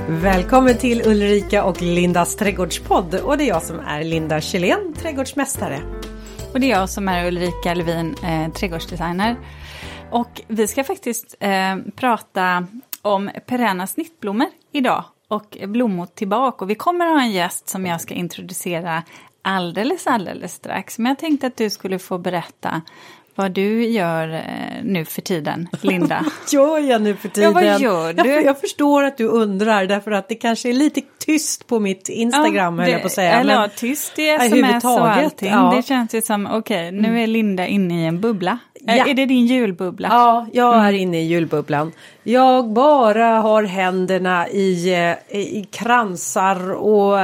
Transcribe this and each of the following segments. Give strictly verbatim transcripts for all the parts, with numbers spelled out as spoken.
Välkommen till Ulrika och Lindas trädgårdspodd. Och det är jag som är Linda Kjellén, trädgårdsmästare. Och det är jag som är Ulrika Levin, eh, trädgårdsdesigner. Och vi ska faktiskt eh, prata om perenna snittblommor idag. Och blommor tillbaka. Och vi kommer att ha en gäst som jag ska introducera alldeles, alldeles strax. Men jag tänkte att du skulle få berätta vad du gör nu för tiden, Linda. Vad gör jag nu för tiden? Ja, vad gör du? Jag, jag förstår att du undrar, därför att det kanske är lite tyst på mitt Instagram, ja, höll jag på att säga. Eller men, tyst i sms och allting. Ja. Det känns ju som, okej, okay, nu är Linda inne i en bubbla. Ja. Är det din julbubbla? Ja, jag är mm. inne i julbubblan. Jag bara har händerna i, i kransar och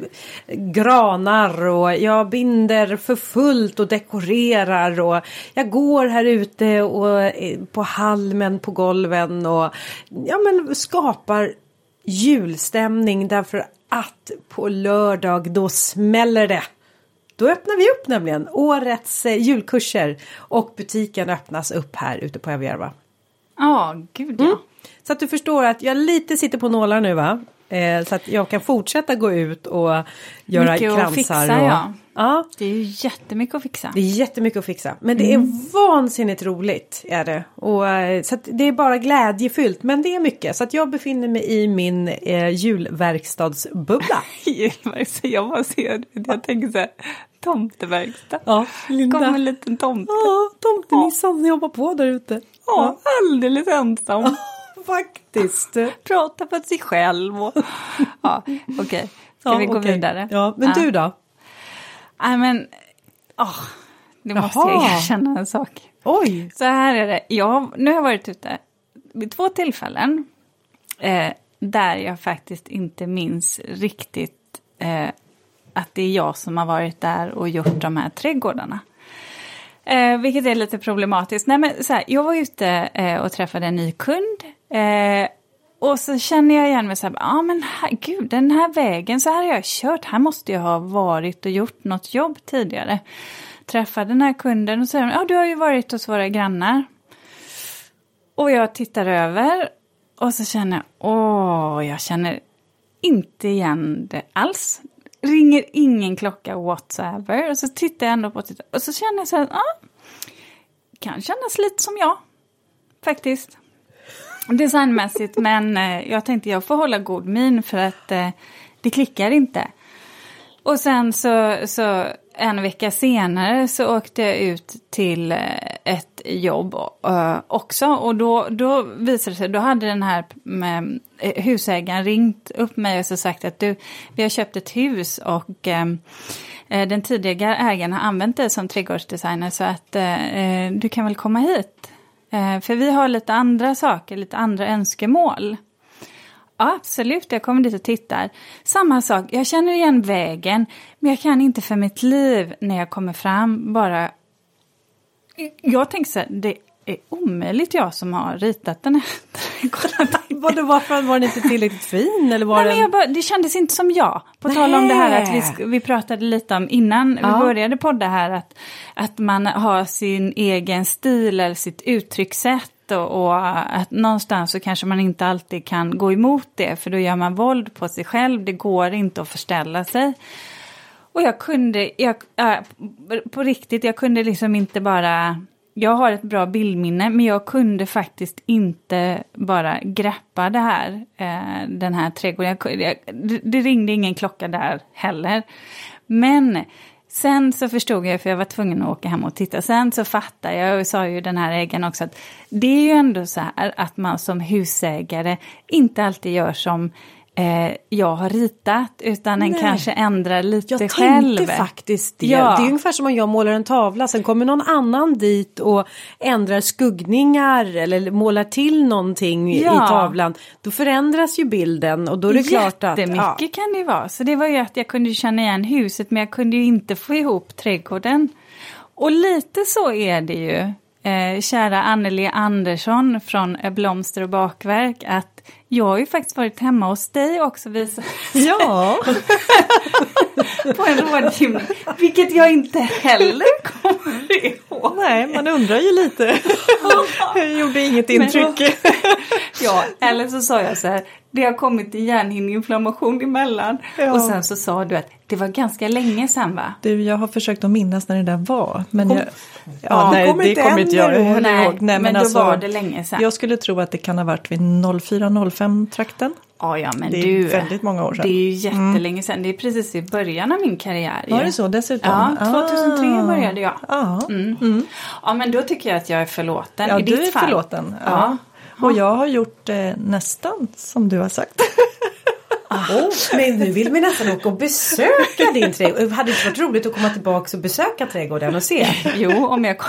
granar och jag binder för fullt och dekorerar och jag går här ute och på halmen på golven och ja, men skapar julstämning, därför att på lördag då smäller det. Då öppnar vi upp nämligen årets eh, julkurser och butiken öppnas upp här ute på Överjärva. Ja, oh, gud ja. Mm. Så att du förstår att jag lite sitter på nålar nu, va? Eh, så att jag kan fortsätta gå ut och göra mycket kransar. Att fixa, och, ja. ja. Det är ju jättemycket att fixa. Det är jättemycket att fixa. Men det mm. är vansinnigt roligt, är det. Och, eh, så att det är bara glädjefyllt, men det är mycket. Så att jag befinner mig i min eh, julverkstadsbubbla. Julverkstad, jag bara ser det. Jag tänker så här, tomteverkstad. Ja, Linda. Kommer en liten tomte. Ja, tomtenissan ja. jobbar på där ute. Ja, ja. Alldeles ensam. Faktiskt. Prata för sig själv. Och... Ja, okej. Okay. Ska ja, vi gå okay. vidare? Ja, men ja. du då? Nej, men... Oh, det måste Jaha. jag erkänna en sak. Oj! Så här är det. Jag, nu har jag varit ute vid två tillfällen. Eh, där jag faktiskt inte minns riktigt... Eh, att det är jag som har varit där och gjort de här trädgårdarna. Eh, vilket är lite problematiskt. Nej, men så här, jag var ute eh, och träffade en ny kund. Eh, och så känner jag igen mig så här. Ja, ah, men här, gud, den här vägen, så här har jag kört. Här måste jag ha varit och gjort något jobb tidigare. Träffade den här kunden och säger, ja, ah, du har ju varit hos våra grannar. Och jag tittar över. Och så känner jag, åh, jag känner inte igen det alls. Ringer ingen klocka whatsoever. Och så tittar jag ändå på det. Och så känner jag så här, ja, ah, kan kännas lite som jag. Faktiskt. Designmässigt. Men eh, jag tänkte jag får hålla god min för att eh, det klickar inte. Och sen så, så en vecka senare så åkte jag ut till eh, ett jobb eh, också. Och då, då visade det sig, då hade den här med, eh, husägaren ringt upp mig och så sagt att du, vi har köpt ett hus och eh, den tidigare ägaren har använt det som trädgårdsdesigner, så att eh, du kan väl komma hit. Eh, för vi har lite andra saker, lite andra önskemål. Ja, absolut, jag kommer dit och tittar. Samma sak, jag känner igen vägen, men jag kan inte för mitt liv när jag kommer fram bara... Jag tänker så här, det är omöjligt jag som har ritat den här trädgården. Var det, varför var den inte tillräckligt fin? Eller var Nej, den... men jag bara, det kändes inte som jag. På Nej. tal om det här att vi, vi pratade lite om innan ja. vi började podda här, att, att man har sin egen stil eller sitt uttryckssätt. Och, och att någonstans så kanske man inte alltid kan gå emot det, för då gör man våld på sig själv. Det går inte att förställa sig. Och jag kunde, jag, äh, på riktigt, jag kunde liksom inte bara... Jag har ett bra bildminne, men jag kunde faktiskt inte bara greppa det här, eh, den här trädgården. Jag, jag, det ringde ingen klocka där heller. Men... Sen så förstod jag, för jag var tvungen att åka hem och titta. Sen så fattade jag, och sa ju den här ägaren också, att det är ju ändå så här att man som husägare inte alltid gör som eh, jag har ritat, utan en kanske ändrar lite jag själv. Jag tänkte faktiskt det. Ja. Det är ungefär som om jag målar en tavla, sen kommer någon annan dit och ändrar skuggningar eller målar till någonting ja. i tavlan. Då förändras ju bilden och då är det klart att... Jättemycket ja. kan det ju vara. Så det var ju att jag kunde känna igen huset, men jag kunde ju inte få ihop trädgården. Och lite så är det ju. Eh, kära Anneli Andersson från Blomster och bakverk, att jag har ju faktiskt varit hemma hos dig också, visa. Ja. På en rådgivning, vilket jag inte heller kommer ihåg. Nej, man undrar ju lite. Jag gjorde inget intryck. Men, Ja, eller så sa jag så här, det har kommit en hjärnhinneinflammation emellan. Ja. Och sen så sa du att det var ganska länge sedan, va? Du, jag har försökt att minnas när det där var. Men Kom, jag, ja, ja, nej, kommer det inte kommer inte jag ihåg. Nej, ihåg. Nej, men, men då alltså, var det länge sedan. Jag skulle tro att det kan ha varit vid noll fyra noll fem trakten. Ja, ja, men det är du, väldigt många år sedan. Det är ju jättelänge sedan. Det är precis i början av min karriär. Var det så dessutom? Ja, tjugohundratre ah. började jag. Ah. Mm. Mm. Ja, men då tycker jag att jag är förlåten. Ja, I du ditt är fall. förlåten. Ja. Ja. Och jag har gjort eh, nästan som du har sagt. Oh, men nu vill vi nästan åka och besöka din trädgård. Det hade inte varit roligt att komma tillbaka och besöka trädgården och se. Jo, om jag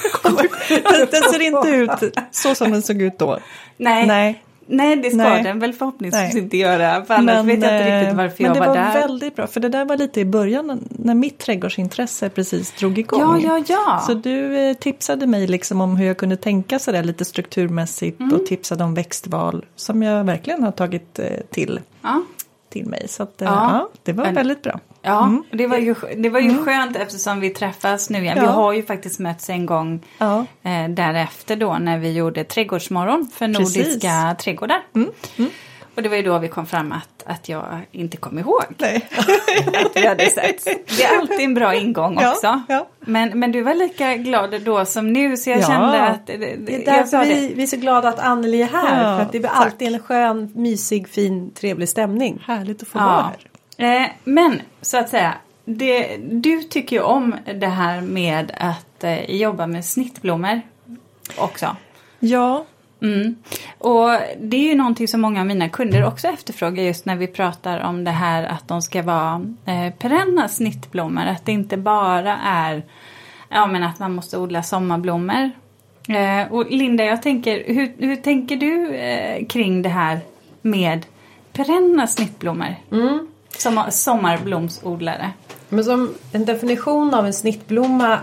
kommer. Den ser inte ut så som den såg ut då. Nej. Nej. Nej, det ska Nej. den väl förhoppningsvis Nej. inte göra. För annars men, vet jag inte riktigt varför jag var, var där. Men det var väldigt bra. För det där var lite i början när mitt trädgårdsintresse precis drog igång. Ja, ja, ja. Så du eh, tipsade mig liksom om hur jag kunde tänka sådär lite strukturmässigt. Mm. Och tipsade om växtval. Som jag verkligen har tagit eh, till. Ja. till mig. Så att, ja. Ja, det var men, väldigt bra. Ja, mm. det var ju, det var ju mm. skönt eftersom vi träffas nu igen. Ja. Vi har ju faktiskt mötts en gång ja. eh, därefter då när vi gjorde trädgårdsmorgon för Precis. Nordiska trädgårdar. Mm. Mm. Och det var ju då vi kom fram att, att jag inte kom ihåg. Nej. att vi hade sett. Det är alltid en bra ingång ja, också. Ja. Men, men du var lika glad då som nu så jag ja. kände att... Det, det är därför vi, vi är så glada att Anneli är här. Ja, för att det blir alltid en skön, mysig, fin, trevlig stämning. Härligt att få ja. vara här. Eh, men så att säga, det, du tycker ju om det här med att eh, jobba med snittblommor också. Ja. Mm. Och det är ju någonting som många av mina kunder också efterfrågar just när vi pratar om det här att de ska vara eh, perenna snittblommor. Att det inte bara är ja, men att man måste odla sommarblommor. Eh, och Linda, jag tänker, hur, hur tänker du eh, kring det här med perenna snittblommor? Mm. Som sommarblomsodlare. Men som en definition av en snittblomma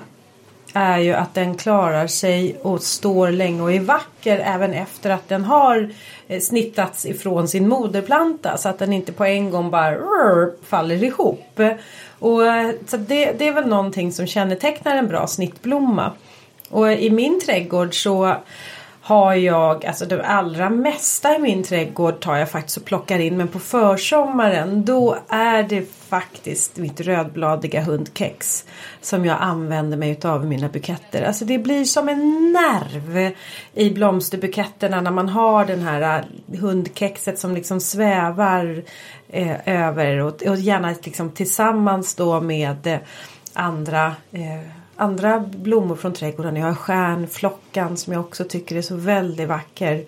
är ju att den klarar sig och står länge och är vacker även efter att den har snittats ifrån sin moderplanta. Så att den inte på en gång bara rrr, faller ihop. Och, så det, det är väl någonting som kännetecknar en bra snittblomma. Och i min trädgård så har jag, alltså det allra mesta i min trädgård tar jag faktiskt och plockar in. Men på försommaren då är det faktiskt mitt rödbladiga hundkex som jag använder mig utav i mina buketter. Alltså det blir som en nerv i blomsterbuketterna när man har den här hundkexet som liksom svävar eh, över. Och, och gärna liksom tillsammans då med eh, andra eh, Andra blommor från trädgården. Jag har stjärnflockan som jag också tycker är så väldigt vacker.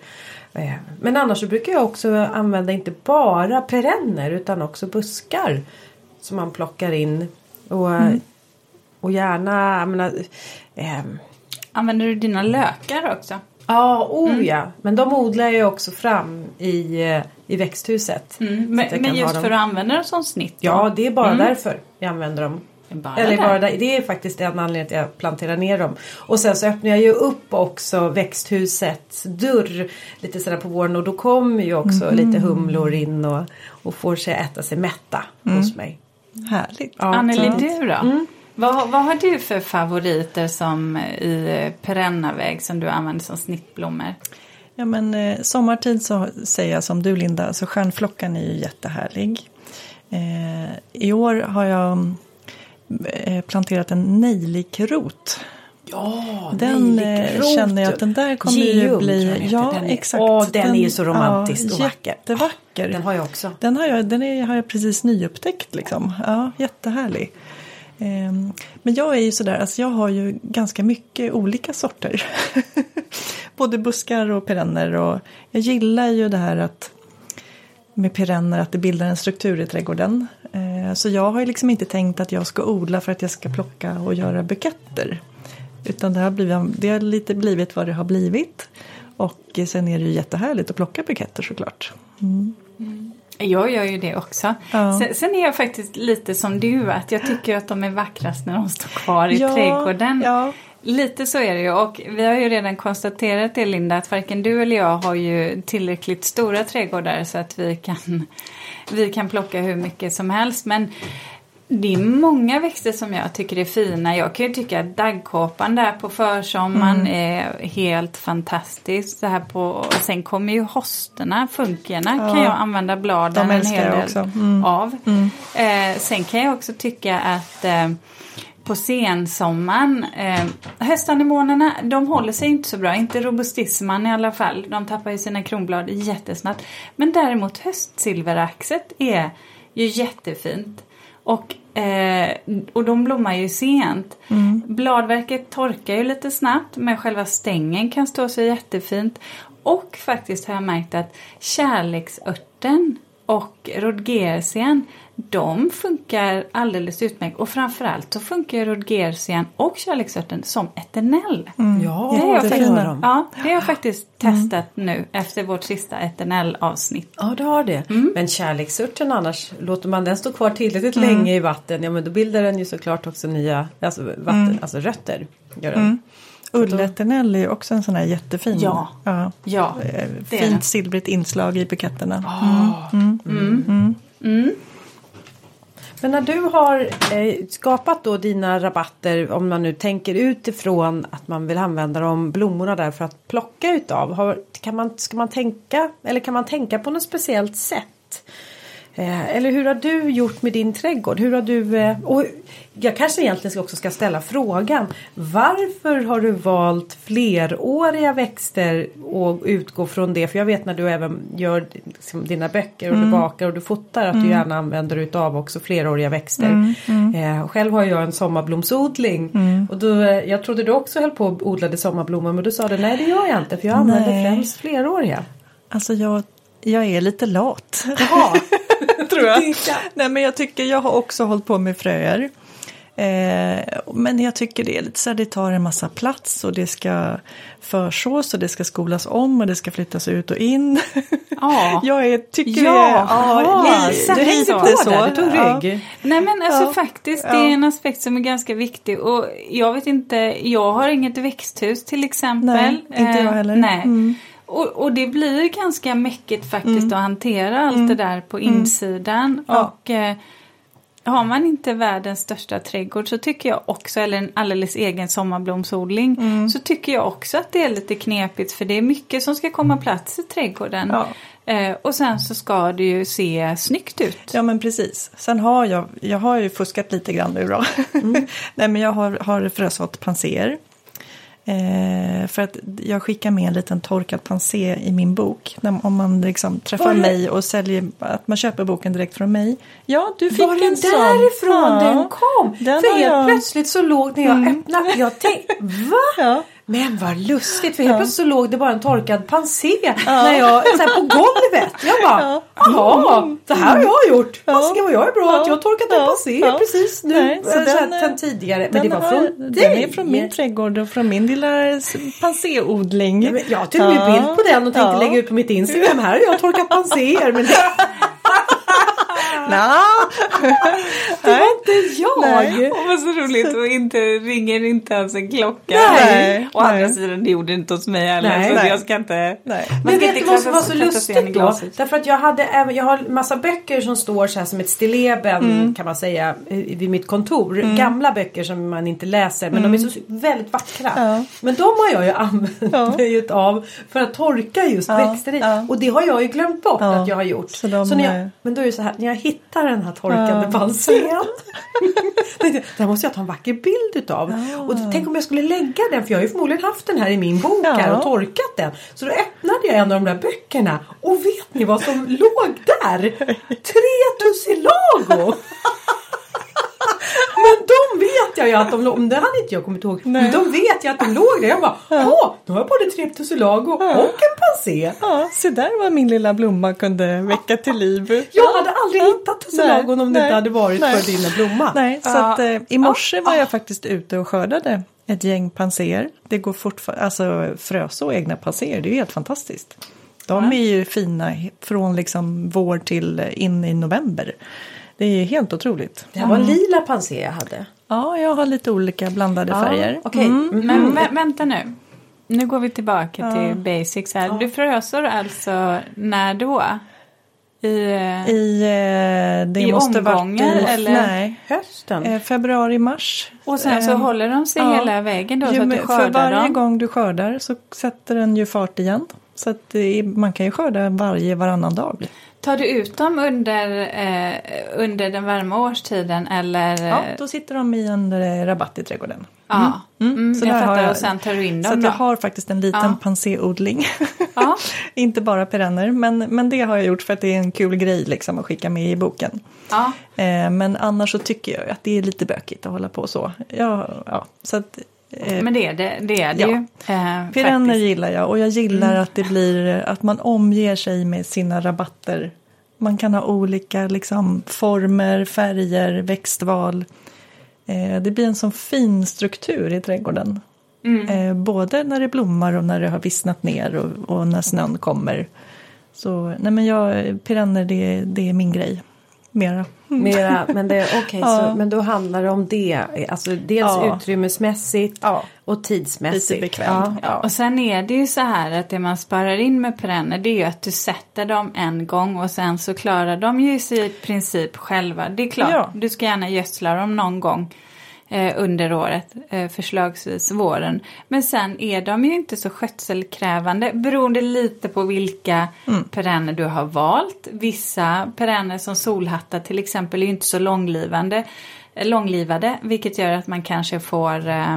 Men annars så brukar jag också använda inte bara perenner utan också buskar som man plockar in. Och, mm. och gärna... Jag menar, eh, använder du dina lökar också? Ja, oh mm. ja. Men de odlar jag också fram i, i växthuset. Mm. Men, men just för att använda dem som snitt? Då? Ja, det är bara mm. därför jag använder dem. Bara Eller bara där. Det är faktiskt en anledning att jag planterar ner dem. Och sen så öppnar jag ju upp också växthusets dörr lite sådär på våren. Och då kommer ju också mm. lite humlor in och, och får sig äta sig mätta mm. hos mig. Härligt. Ja, Anneli, du då? Mm. Vad, vad har du för favoriter som i perennaväg som du använder som snittblommor? Ja men eh, sommartid så säger jag som du Linda. Så stjärnflockan är ju jättehärlig. Eh, I år har jag planterat en nejlikrot. Ja, den nejlikrot. Känner jag att den där kommer Geum, ju bli... Ja, den är, exakt. Åh, den, den är ju så romantisk ja, och vacker. Jättevacker. Den har jag också. Den har jag, den är, har jag precis nyupptäckt liksom. Ja, jättehärlig. Um, men jag är ju sådär, alltså jag har ju ganska mycket olika sorter. Både buskar och perenner. Och jag gillar ju det här att med perenner att det bildar en struktur i trädgården. Så jag har ju liksom inte tänkt att jag ska odla för att jag ska plocka och göra buketter. Utan det har, blivit, det har lite blivit vad det har blivit. Och sen är det ju jättehärligt att plocka buketter såklart. Mm. Mm. Jag gör ju det också. Ja. Sen, sen är jag faktiskt lite som du. Att jag tycker att de är vackrast när de står kvar i ja, trädgården. Ja. Lite så är det ju. Och vi har ju redan konstaterat det Linda. Att varken du eller jag har ju tillräckligt stora trädgårdar. Så att vi kan, vi kan plocka hur mycket som helst. Men Det är många växter som jag tycker är fina. Jag kan ju tycka att daggkåpan där på försommaren mm. är helt fantastisk. Så här på, och sen kommer ju hosterna, funkerna ja. kan jag använda bladen en hel del också. Mm. av. Mm. Eh, sen kan jag också tycka att eh, på sensommaren, eh, höstanemonerna, de håller sig inte så bra. Inte robustisman i alla fall. De tappar ju sina kronblad jättesnabbt. Men däremot höstsilveraxet är ju jättefint. Och, eh, och de blommar ju sent. Mm. Bladverket torkar ju lite snabbt. Men själva stängen kan stå så jättefint. Och faktiskt har jag märkt att kärleksörten och rodgersian, de funkar alldeles utmärkt. Och framförallt så funkar rodgersian och kärleksörten som eternell. Mm. Ja, det, är det, faktiskt, de. ja, det har jag faktiskt testat mm. nu efter vårt sista eternell-avsnitt. Ja, det har det. Mm. Men kärleksörten annars, låter man den stå kvar tillräckligt mm. länge i vatten, ja men då bildar den ju såklart också nya alltså, vatten, mm. alltså rötter. Gör den. Mm. Ulleternell är ju också en sån här jättefin. Ja, ja. ja fint silvrigt inslag i buketterna. Oh. Mm. Mm. Mm. Mm. Men när du har eh, skapat då dina rabatter, om man nu tänker utifrån att man vill använda de blommorna där för att plocka utav, har, kan man, ska man tänka, eller kan man tänka på något speciellt sätt? Eh, eller hur har du gjort med din trädgård? Hur har du, eh, och jag kanske egentligen också ska ställa frågan, varför har du valt fleråriga växter och utgå från det? För jag vet när du även gör liksom, dina böcker och mm. du bakar och du fotar att mm. du gärna använder utav också fleråriga växter. Mm. Mm. Eh, själv har jag en sommarblomsodling mm. och då, jag trodde du också höll på att odla sommarblommor, men du sa det, nej det gör jag inte för jag använder nej. främst fleråriga. Alltså jag, jag är lite lat. Jaha. Tror jag. Nej, men jag tycker jag har också hållit på med fröer. Eh, men jag tycker det är lite så här, det tar en massa plats och det ska försås och det ska skolas om och det ska flyttas ut och in. Ja. jag är, tycker ja, det är, ja, Lisa, du hängde på så. Där, du tog rygg. Ja. Nej men alltså ja. faktiskt, det ja. är en aspekt som är ganska viktig och jag vet inte, jag har inget växthus till exempel. Nej, inte jag heller. Eh, nej. Mm. Och, och det blir ganska mäckigt faktiskt mm. att hantera allt mm. det där på insidan. Mm. Ja. Och eh, har man inte världens största trädgård så tycker jag också, eller en alldeles egen sommarblomsodling, mm. så tycker jag också att det är lite knepigt. För det är mycket som ska komma plats i trädgården. Ja. Eh, och sen så ska det ju se snyggt ut. Ja men precis. Sen har jag, jag har ju fuskat lite grann nu då. Mm. Nej men jag har, har frösått panser. Eh, för att jag skickar med en liten torkad pansé i min bok. När, om man liksom träffar var mig och säljer, att man köper boken direkt från mig. Ja, du fick var en det sån. därifrån Ja, den kom? Den för helt jag... plötsligt så låg när jag mm. öppnade, jag tänkte, va? Ja. Men vad lustigt, för helt ja. plötsligt så låg det bara en torkad pansé ja. när jag, så här, på golvet. Jag bara, jaha, mm. så här har jag gjort. Ja. Vad vad jag är bra ja. att jag har torkat en pansé ja. precis nu. Nej, så den, sen tidigare. Men det var från den dig. Den är från min trädgård och från min lilla panséodling. Ja, jag tog ju ja. bild på den och tänkte ja. lägga ut på mitt Instagram. Här har jag torkat panséer. Men det... Nå. Det var inte jag. Nej. Och vad så roligt. Och inte ringer inte ens en klocka. Nej. Och andra sidan det gjorde inte hos mig heller. Nej. Så Nej. jag ska inte... Nej. Men vet du vad som var så lustigt då? Därför att jag hade jag har massa böcker som står så här som ett stilleben mm. kan man säga vid mitt kontor. Mm. Gamla böcker som man inte läser. Men mm. de är så väldigt vackra. Ja. Men de har jag ju använt ja. av för att torka just ja. växter i. Ja. Och det har jag ju glömt bort ja. att jag har gjort. Så, de, så när jag, men då är det så här, när jag hittar den här torkade ja. pansén. Där måste jag ta en vacker bild utav. Ja. Och tänk om jag skulle lägga den, för jag har ju förmodligen haft den här i min bok ja. här och torkat den. Så då öppnade jag en av de där böckerna. Och vet ni vad som låg där? Tre tussilago! Men de vet jag ju att de låg, om det hade inte jag kommit ihåg. Nej. Men de vet jag att de låg där. Jag bara, åh, nu har jag både tre tussilago ja. och en pansé. Ja, så där var min lilla blomma kunde väcka till liv. Jag hade aldrig ja. hittat tussilagon om det inte hade varit Nej. för dina blomma. Nej, så ja. att eh, i morse var jag faktiskt ute och skördade ett gäng panséer. Det går fortfarande, alltså fröså egna panséer, det är ju helt fantastiskt. De ja. är ju fina från liksom vår till in i november. Det är helt otroligt. Det här var en lila pansé jag hade. Ja, jag har lite olika blandade ja, färger. Okej, okay. mm. men vä- vänta nu. Nu går vi tillbaka ja. till basics här. Ja. Du frösår alltså när då? I, I, eh, det i måste omgångar varit i, eller nej, hösten? eh, februari, mars. Och sen så eh, håller de sig ja. hela vägen då, Jo, så att du men skördar för varje dem? gång du skördar så sätter den ju fart igen. Så att det är, man kan ju skörda varje varannan dag. Tar du ut dem under, eh, under den varma årstiden eller? Ja, då sitter de i en eh, rabatt i trädgården. Ja, mm. Mm, Så jag där har fattar jag- och sen tar du in Så dem att då? jag har faktiskt en liten Ja. panséodling. Ja. Inte bara perenner, men, men det har jag gjort för att det är en kul grej liksom att skicka med i boken. Ja. Eh, men annars så tycker jag att det är lite bökigt att hålla på så. Ja, ja, så att, eh, Men det är det, det, är det Ja. ju. Eh, perenner faktiskt. gillar jag och jag gillar att det blir att man omger sig med sina rabatter. Man kan ha olika liksom, former, färger, växtval. Eh, det blir en sån fin struktur i trädgården. Mm. Eh, både när det blommar och när det har vissnat ner och, och när snön kommer. Så nej men jag, perenner det, det är min grej. Mera. Mera, men det, okay, Ja. så, men då handlar det om det. Alltså dels Ja. utrymmesmässigt Ja. och tidsmässigt. Lite bekvämt. Ja. Ja. Och sen är det ju så här att det man sparar in med perenner, det är ju att du sätter dem en gång och sen så klarar de ju sig i princip själva. Det är klart, Ja. du ska gärna gödsla dem någon gång eh, under året, eh, förslagsvis våren. Men sen är de ju inte så skötselkrävande, beroende lite på vilka Mm. perenner du har valt. Vissa perenner som solhattar till exempel är ju inte så långlivande. långlivade, vilket gör att man kanske får eh,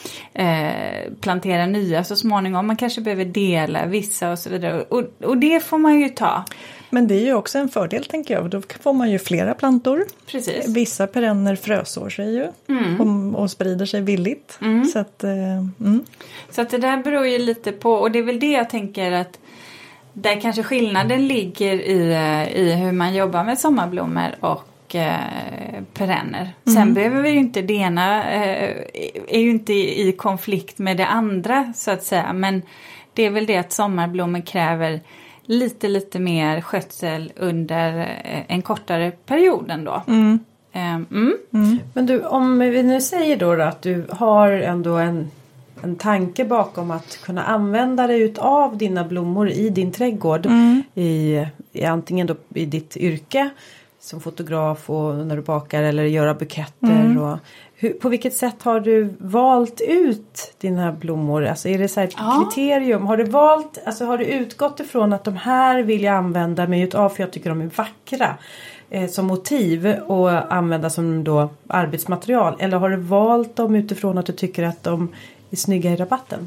eh, plantera nya så småningom. Man kanske behöver dela vissa och så vidare. Och, och det får man ju ta. Men det är ju också en fördel tänker jag. Då får man ju flera plantor. Precis. Vissa perenner frösår sig ju Mm. och, och sprider sig villigt. Mm. Så att, eh, mm. Så att det där beror ju lite på, och det är väl det jag tänker att där kanske skillnaden ligger i, eh, i hur man jobbar med sommarblommor och eh, perenner. Sen Mm. behöver vi ju inte, det ena eh, är ju inte i, i konflikt med det andra så att säga, men det är väl det att sommarblommor kräver lite lite mer skötsel under eh, en kortare period ändå. Mm. Eh, mm. Mm. Men du, om vi nu säger då, då att du har ändå en, en tanke bakom att kunna använda dig utav dina blommor i din trädgård. Mm. I, i antingen då i ditt yrke som fotograf och när du bakar eller göra buketter. Mm. Och, hur, på vilket sätt har du valt ut dina blommor? Alltså är det så här ett Ja. kriterium? Har du valt, alltså har du utgått ifrån att de här vill jag använda mig utav för jag tycker de är vackra eh, som motiv och använda som då arbetsmaterial? Eller har du valt dem utifrån att du tycker att de är snygga i rabatten?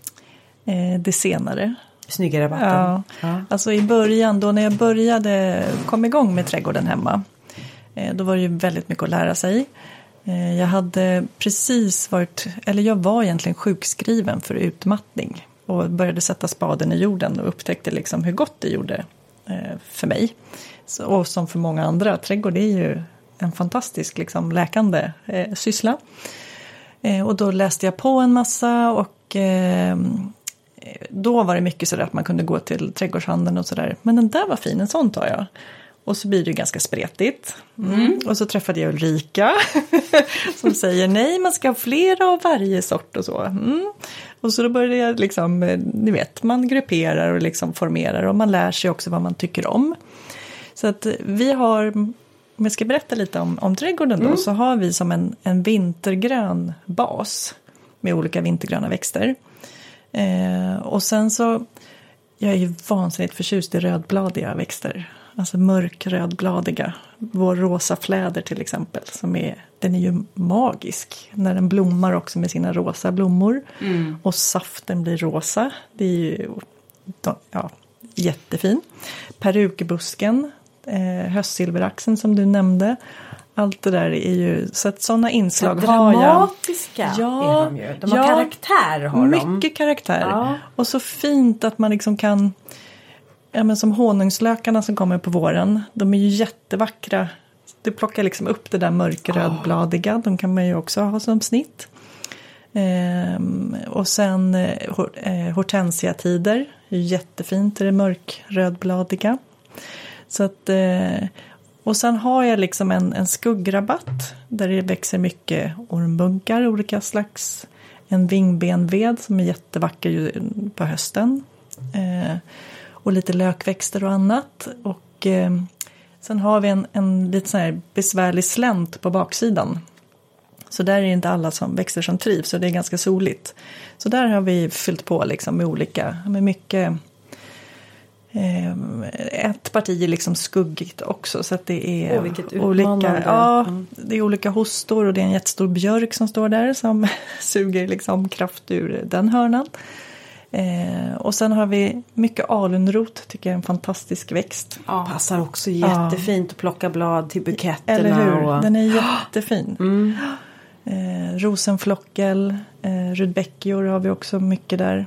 Eh, det senare. Snygga i rabatten? Ja. Ja. Alltså i början då när jag började komma igång med trädgården hemma. Eh, då var det ju väldigt mycket att lära sig. Eh, jag hade precis varit, eller jag var egentligen sjukskriven för utmattning. Och började sätta spaden i jorden och upptäckte liksom hur gott det gjorde eh, för mig. Så, och som för många andra, trädgård är ju en fantastisk liksom, läkande eh, syssla. Eh, och då läste jag på en massa och eh, då var det mycket så att man kunde gå till trädgårdshandeln och sådär. Men den där var fin, en sån tar jag. Och så blir det ganska spretigt. Mm. Och så träffade jag Ulrika som säger nej, man ska ha flera av varje sort och så. Mm. Och så då började jag liksom, ni vet, man grupperar och liksom formerar och man lär sig också vad man tycker om. Så att vi har, om jag ska berätta lite om, om trädgården då, mm. så har vi som en, en vintergrön bas med olika vintergröna växter. Eh, och sen så, jag är ju vansinnigt förtjust i rödbladiga växter. Alltså mörkrödbladiga. Vår rosa fläder till exempel. Som är, den är ju magisk. När den blommar också med sina rosa blommor. Mm. Och saften blir rosa. Det är ju ja, jättefin. Perukbusken. Eh, höstsilveraxen som du nämnde. Allt det där är ju, så att sådana inslag så har jag. Dramatiska ja, är de ju. De har ja, karaktär har de. Mycket karaktär. Ja. Och så fint att man liksom kan, ja men som honungslökarna som kommer på våren. De är ju jättevackra. Du plockar liksom upp det där mörkrödbladiga. Oh. De kan man ju också ha som snitt. Ehm, och sen eh, hortensiatider. Jättefint, det är mörkrödbladiga. Så att eh, och sen har jag liksom en, en skuggrabatt där det växer mycket ormbunkar, olika slags. En vingbenved som är jättevacker på hösten. Eh, och lite lökväxter och annat. Och Och eh, sen har vi en, en lite sån här besvärlig slänt på baksidan. Så där är det inte alla som växter som trivs, så det är ganska soligt. Så där har vi fyllt på liksom med olika, med mycket, eh, ett parti är liksom skuggigt också. Så att det är oh, olika, ja, mm. det är olika hostor och det är en jättestor björk som står där som suger liksom kraft ur den hörnan. Eh, och sen har vi mycket alunrot, tycker jag är en fantastisk växt. Ja. Passar också jättefint ja. Att plocka blad till buketterna. Eller hur, och... den är jättefin. Mm. Eh, rosenflockel, eh, rudbeckior har vi också mycket där.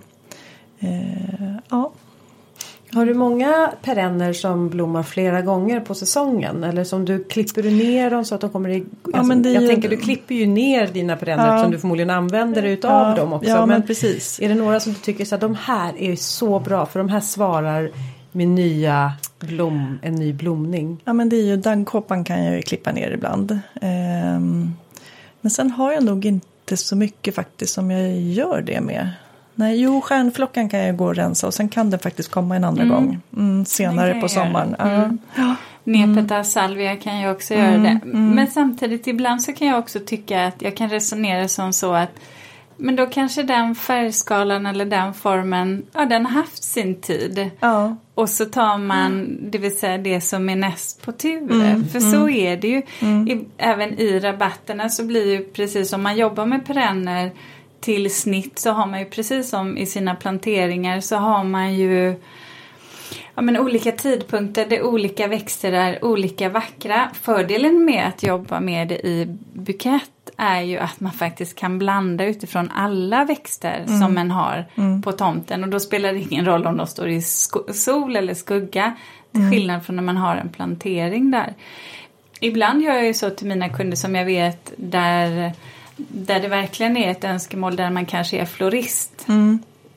Eh, ja. Har du många perenner som blommar flera gånger på säsongen? Eller som du klipper du ner dem så att de kommer i... Ja, alltså, men det jag ju... tänker du klipper ju ner dina perenner ja. som du förmodligen använder utav ja. dem också. Ja, men, men precis. Är det några som du tycker så att de här är så bra för de här svarar med nya blom, en ny blomning? Ja, men det är ju daggkåpan kan jag ju klippa ner ibland. Ehm, men sen har jag nog inte så mycket faktiskt som jag gör det med. Nej, jo, stjärnflockan kan jag gå och rensa och sen kan det faktiskt komma en andra mm. gång mm, senare på sommaren. Mm. Ja. Nepeta salvia kan jag också mm. göra det. Mm. Men samtidigt ibland så kan jag också tycka att jag kan resonera som så att men då kanske den färgskalan eller den formen, ja den har haft sin tid. Ja. Och så tar man, mm. det vill säga det som är näst på tur. Mm. För mm. så är det ju. Mm. I, även i rabatterna så blir ju precis som man jobbar med perenner till snitt så har man ju precis som i sina planteringar så har man ju ja, men olika tidpunkter där olika växter är olika vackra. Fördelen med att jobba med det i bukett är ju att man faktiskt kan blanda utifrån alla växter mm. som man har mm. på tomten. Och då spelar det ingen roll om de står i sko- sol eller skugga. Till mm. skillnad från när man har en plantering där. Ibland gör jag ju så till mina kunder som jag vet där... Där det verkligen är ett önskemål där man kanske är florist. Mm.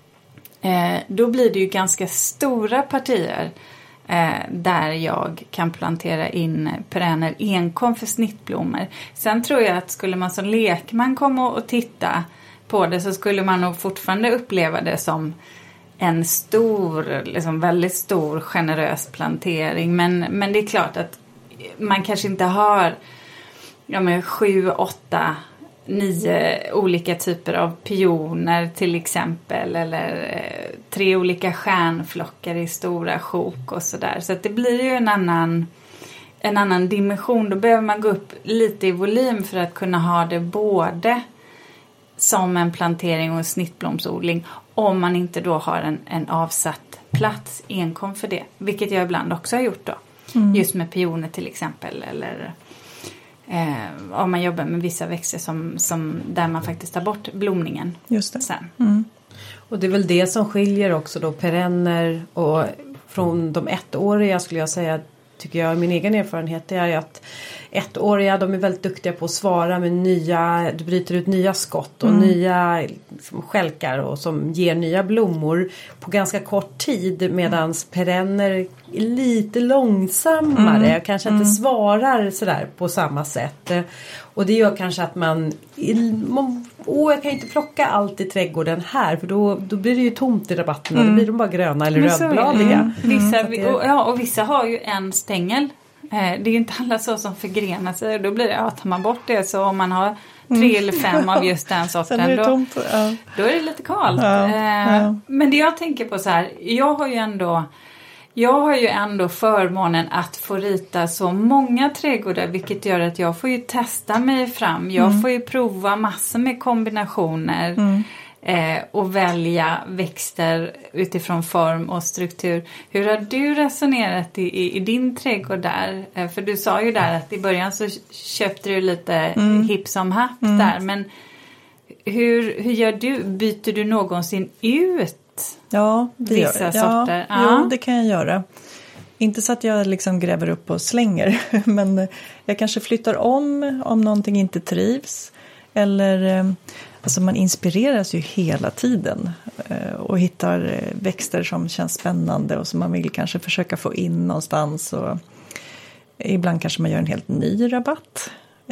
Eh, då blir det ju ganska stora partier. Eh, där jag kan plantera in perenner enkom för snittblommor. Sen tror jag att skulle man som lekman komma och titta på det. Så skulle man nog fortfarande uppleva det som en stor, liksom väldigt stor generös plantering. Men, men det är klart att man kanske inte har ja, men sju, åtta... nio olika typer av pioner till exempel eller eh, tre olika stjärnflockar i stora sjok och sådär. Så att det blir ju en annan en annan dimension. Då behöver man gå upp lite i volym för att kunna ha det både som en plantering och en snittblomsodling om man inte då har en, en avsatt plats enkom för det. Vilket jag ibland också har gjort då. Mm. Just med pioner till exempel eller... Eh, om man jobbar med vissa växter som, som där man faktiskt tar bort blomningen. Just det. Sen. Mm. Och det är väl det som skiljer också då perenner och från de ettåriga skulle jag säga, tycker jag, min egen erfarenhet är att ettåriga, de är väldigt duktiga på att svara med nya, du bryter ut nya skott och mm. nya liksom, skälkar och som ger nya blommor på ganska kort tid medans perenner är lite långsammare mm. kanske inte mm. svarar sådär på samma sätt och det gör kanske att man, man åh jag kan inte plocka allt i trädgården här för då, då blir det ju tomt i rabatterna mm. då blir de bara gröna eller rödbladiga mm. vissa, mm. och, ja, och vissa har ju en stängel. Det är ju inte alla så som förgrenar sig. Då blir det, ja, tar man bort det så om man har tre mm. eller fem av just den sorten. Är då, tomt, ja. då är det lite kallt. Ja, eh, ja. Men det jag tänker på så här. Jag har ju ändå Jag har ju ändå förmånen att få rita så många trädgårdar. Vilket gör att jag får ju testa mig fram. Jag mm. får ju prova massor med kombinationer. Mm. Eh, och välja växter utifrån form och struktur. Hur har du resonerat i, i, i din trädgård där? Eh, för du sa ju där att i början så köpte du lite mm. hipp som happ mm. där. Men hur, hur gör du? Byter du någonsin ut ja, det vissa gör, sorter? Ja, ja, det kan jag göra. Inte så att jag liksom gräver upp och slänger. Men jag kanske flyttar om om någonting inte trivs. Eller... Alltså man inspireras ju hela tiden och hittar växter som känns spännande och som man vill kanske försöka få in någonstans. Och ibland kanske man gör en helt ny rabatt.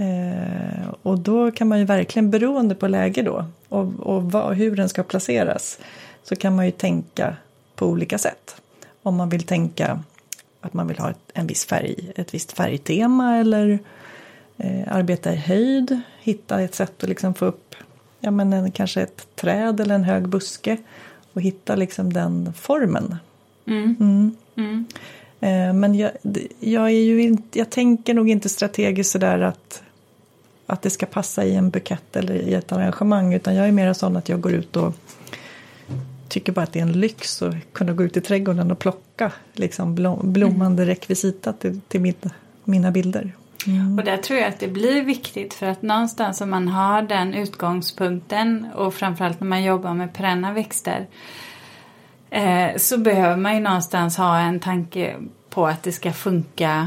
Och då kan man ju verkligen, beroende på läge då och, och vad, hur den ska placeras, så kan man ju tänka på olika sätt. Om man vill tänka att man vill ha ett, en viss färg, ett visst färgtema eller eh, arbeta i höjd. Hitta ett sätt att liksom få upp ja, men en, kanske ett träd eller en hög buske och hitta liksom den formen. Mm. Mm. Mm. Eh, men jag, jag, är ju inte, jag tänker nog inte strategiskt sådär att, att det ska passa i en bukett eller i ett arrangemang. Utan jag är mer sån att jag går ut och tycker bara att det är en lyx att kunna gå ut i trädgården och plocka liksom blommande rekvisita till, till min, mina bilder. Mm. Och där tror jag att det blir viktigt för att någonstans om man har den utgångspunkten och framförallt när man jobbar med perenna växter eh, så behöver man ju någonstans ha en tanke på att det ska funka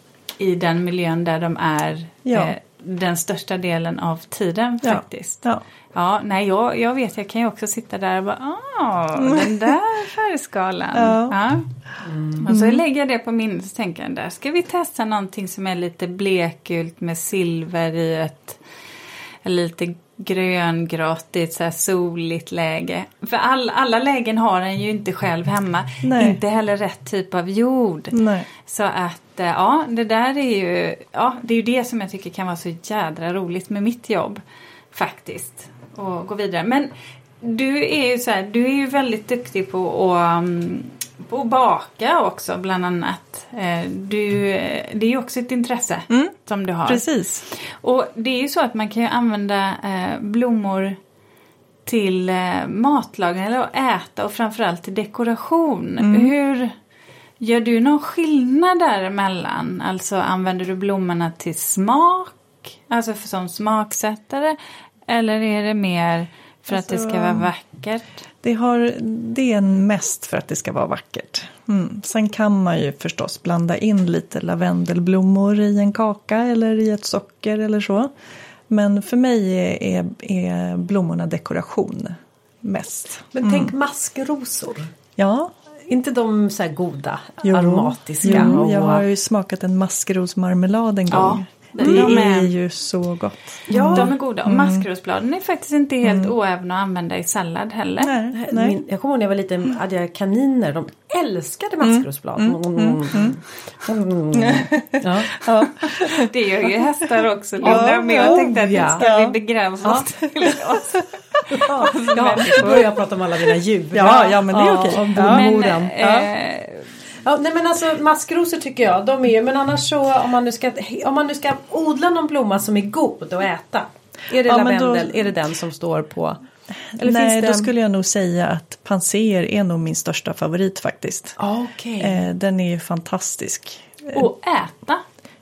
i den miljön där de är ja. eh, den största delen av tiden faktiskt. Ja. Ja, nej, jag, jag vet, jag kan ju också sitta där och bara, ah, den där färgskalan. Ja. Ja. Mm. Och så lägger jag det på minnet och tänker jag, där ska vi testa någonting som är lite blekgult med silver i ett lite gröngrått i ett så här soligt läge. För all, alla lägen har en ju inte själv hemma. Nej. Inte heller rätt typ av jord. Nej. Så att, ja, det där är ju, ja, det är ju det som jag tycker kan vara så jädra roligt med mitt jobb. Faktiskt. Och gå vidare. Men du är ju så här, du är ju väldigt duktig på att, um, på att baka också bland annat. Du, det är ju också ett intresse mm. som du har. Precis. Och det är ju så att man kan ju använda eh, blommor till eh, matlagning eller att äta och framförallt till dekoration. Mm. Hur gör du någon skillnad däremellan? Alltså använder du blommorna till smak? Alltså för som smaksättare? Eller är det mer för alltså, att det ska vara vackert? Det, har, det är mest för att det ska vara vackert. Mm. Sen kan man ju förstås blanda in lite lavendelblommor i en kaka eller i ett socker eller så. Men för mig är, är, är blommorna dekoration mest. Men mm. tänk maskrosor. Ja. Inte de så här goda, jo, aromatiska. Jo, och... jag har ju smakat en maskrosmarmelad en gång. Ja. Det de är är ju så gott. Ja, de är goda. Och Mm. maskrosbladen är faktiskt inte helt Mm. oävna att använda i sallad heller. Nej, nej. Min, jag kommer ihåg när jag var liten, hade jag kaniner. De älskade maskrosblad. Mm. Mm. Mm. Mm. Mm. Ja. Ja. Det gör ju hästar också, Linda. Ja, men jag tänkte att ja. det ska Ja. vi begränsa oss till oss. Ja, ja, då börjar jag prata om alla mina djur. Ja, ja, men det är Ja, okej. och Ja. moren. Men, Ja. eh, Ja, nej men alltså maskrosor tycker jag, de är ju, men annars så om man nu ska, om man nu ska odla någon blomma som är god att äta. Är det Ja, men lavendel, då- är det den som står på? Eller Nej, finns det då en... skulle jag nog säga att panser är nog min största favorit faktiskt. Ah, okej. Eh, den är ju fantastisk. och äta.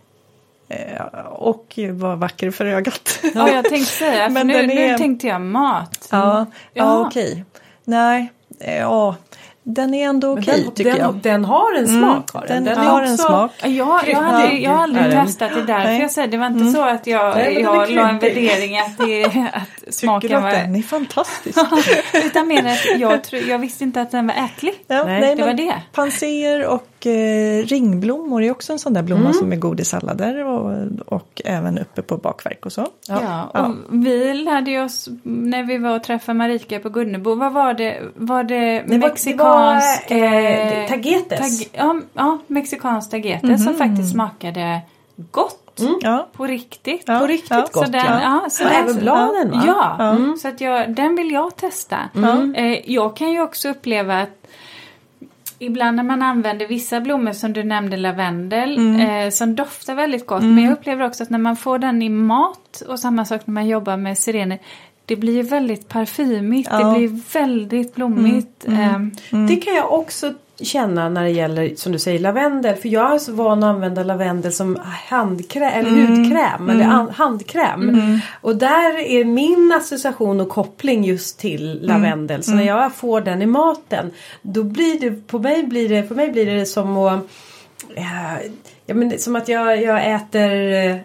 Eh, och var vacker för ögat. Ja, jag tänkte säga. För Men nu, den är- nu tänkte jag mat. Ja, ja Jaha. okej. Nej, eh, ja, den är ändå Men okej den, tycker den, jag. den har en smak. Har den. Den är har också- en smak. Ja, jag, jag, hade, jag har aldrig Är den? testat det där. Nej. För jag säger, det var inte så att jag, Nej, men den är jag la en kryddig. värdering att, det, att Tycker smaken du att var... den är fantastisk? Utan mer att jag, tror, jag visste inte att den var ätlig. Ja, Nej, nej, det men var det. Panser och eh, ringblommor är också en sån där blomma Mm. som är god i sallader och, och även uppe på bakverk och så. Ja, och Ja. vi lärde ju oss när vi var och träffade Marika på Gunnebo. Vad var det? Var det, Det var, mexikansk... det var eh, eh, tagetes. tag, ja, ja, mexikansk tagetes som faktiskt smakade gott. Mm. Ja, På riktigt. Ja, På riktigt ja. gott, Så den, ja. ja, så Och den- även bladen, va? Ja, Ja. Mm. Så att jag, den vill jag testa. Eh, jag kan ju också uppleva att ibland när man använder vissa blommor som du nämnde, lavendel, eh, som doftar väldigt gott. Men jag upplever också att när man får den i mat och samma sak när man jobbar med sirener, det blir ju väldigt parfymigt, Ja. det blir väldigt blommigt. Eh, Det kan jag också känna när det gäller, som du säger, lavendel. För jag är så van att använda lavendel som handkrä- eller hudkräm. Eller an- handkräm. Och där är min association och koppling just till lavendel. Så när jag får den i maten, då blir det, på mig blir det, för mig blir det som att, äh, ja, men, som att jag, jag äter äh,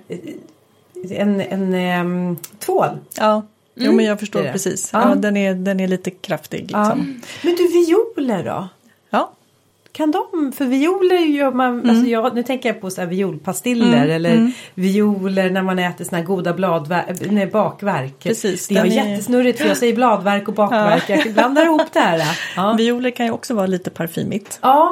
en, en ähm, tvål. ja. Jo, men jag förstår Det är det. precis. Ja. Ja, den, är, den är lite kraftig. Liksom. Men du, violer då? Ja. Kan de, för violer gör man, Mm. alltså jag, nu tänker jag på så här violpastiller eller violer när man äter såna här goda bladverk, nej, bakverk. Precis, Det är den är- jättesnurrigt för jag säger bladverk och bakverk, jag blandar ihop det här. Ja. Violer kan ju också vara lite parfymigt. Ja,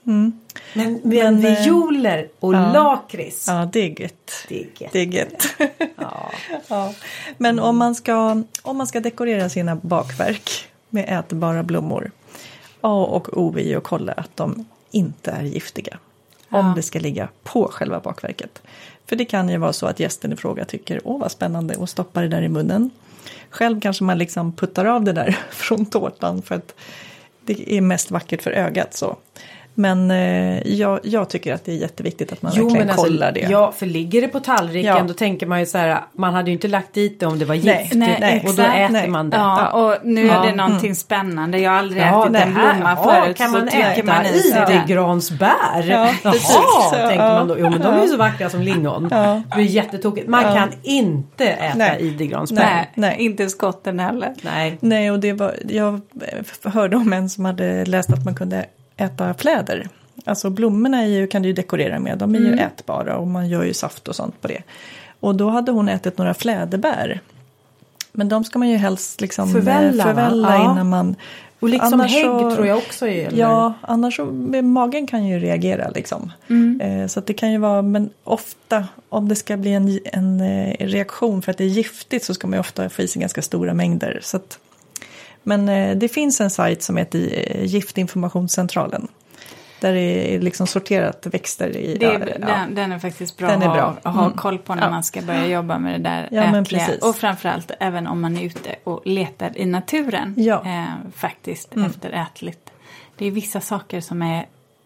Mm. Men, men, men violer och ja. lakrits. Ja, det är gött. Det är gött. Det är gött. Ja. Ja. Men mm. om, man ska, om man ska dekorera sina bakverk med ätbara blommor. A och O är ju att kolla att de inte är giftiga. Ja. Om det ska ligga på själva bakverket. För det kan ju vara så att gästen i fråga tycker, åh vad spännande, och stoppar det där i munnen. Själv kanske man liksom puttar av det där från tårtan för att det är mest vackert för ögat så. Men eh, jag, jag tycker att det är jätteviktigt att man jo, verkligen alltså, kollar det. Ja, för ligger det på tallriken ja. Då tänker man ju så här, man hade ju inte lagt dit det om det var giftigt. Nej, nej, och då äter nej. Man det. Ja, och nu är det ja. Någonting mm. spännande. Jag har aldrig ja, ätit en blomma ja, förut. Kan man så äta man i det gransbär? Ja, Jaha, så, tänker ja. Man då. Jo, men de är ju så vackra som lingon. Ja. Det är jättetokigt. Man ja. Kan inte äta nej. I det gransbär. Nej, nej, inte skotten heller. Nej, nej och det var, jag hörde om en som hade läst att man kunde äta fläder. Alltså blommorna är ju, kan du ju dekorera med. De är mm. ju ätbara och man gör ju saft och sånt på det. Och då hade hon ätit några fläderbär. Men de ska man ju helst liksom förvälla, förvälla ja. Innan man... Och liksom hägg så, tror jag också är. Ja, annars så, magen kan ju reagera liksom. Mm. Eh, så att det kan ju vara, men ofta om det ska bli en, en reaktion för att det är giftigt så ska man ju ofta få i sig ganska stora mängder. Så att, men eh, det finns en sajt som heter Giftinformationscentralen. Där det är liksom sorterat växter i. Det är, ja. den, den är faktiskt bra, den är bra. Att ha mm. koll på när ja. Man ska börja jobba med det där ja, ätliga. Och framförallt även om man är ute och letar i naturen. Ja. Eh, faktiskt mm. efter ätligt. Det är vissa saker som är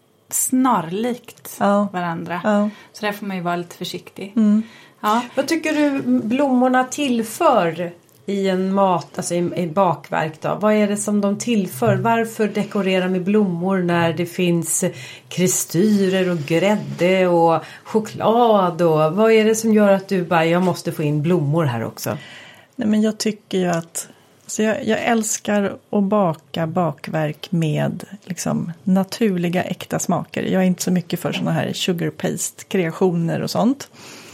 snarlikt ja. Varandra. Ja. Så där får man ju vara lite försiktig. Mm. Ja. Vad tycker du blommorna tillför i en mat, alltså i, i bakverk då? Vad är det som de tillför? Varför dekorera med blommor när det finns kristyrer och grädde och choklad? Och vad är det som gör att du bara, jag måste få in blommor här också? Nej, men jag tycker ju att alltså jag, jag älskar att baka bakverk med liksom naturliga äkta smaker. Jag är inte så mycket för såna här sugar paste kreationer och sånt.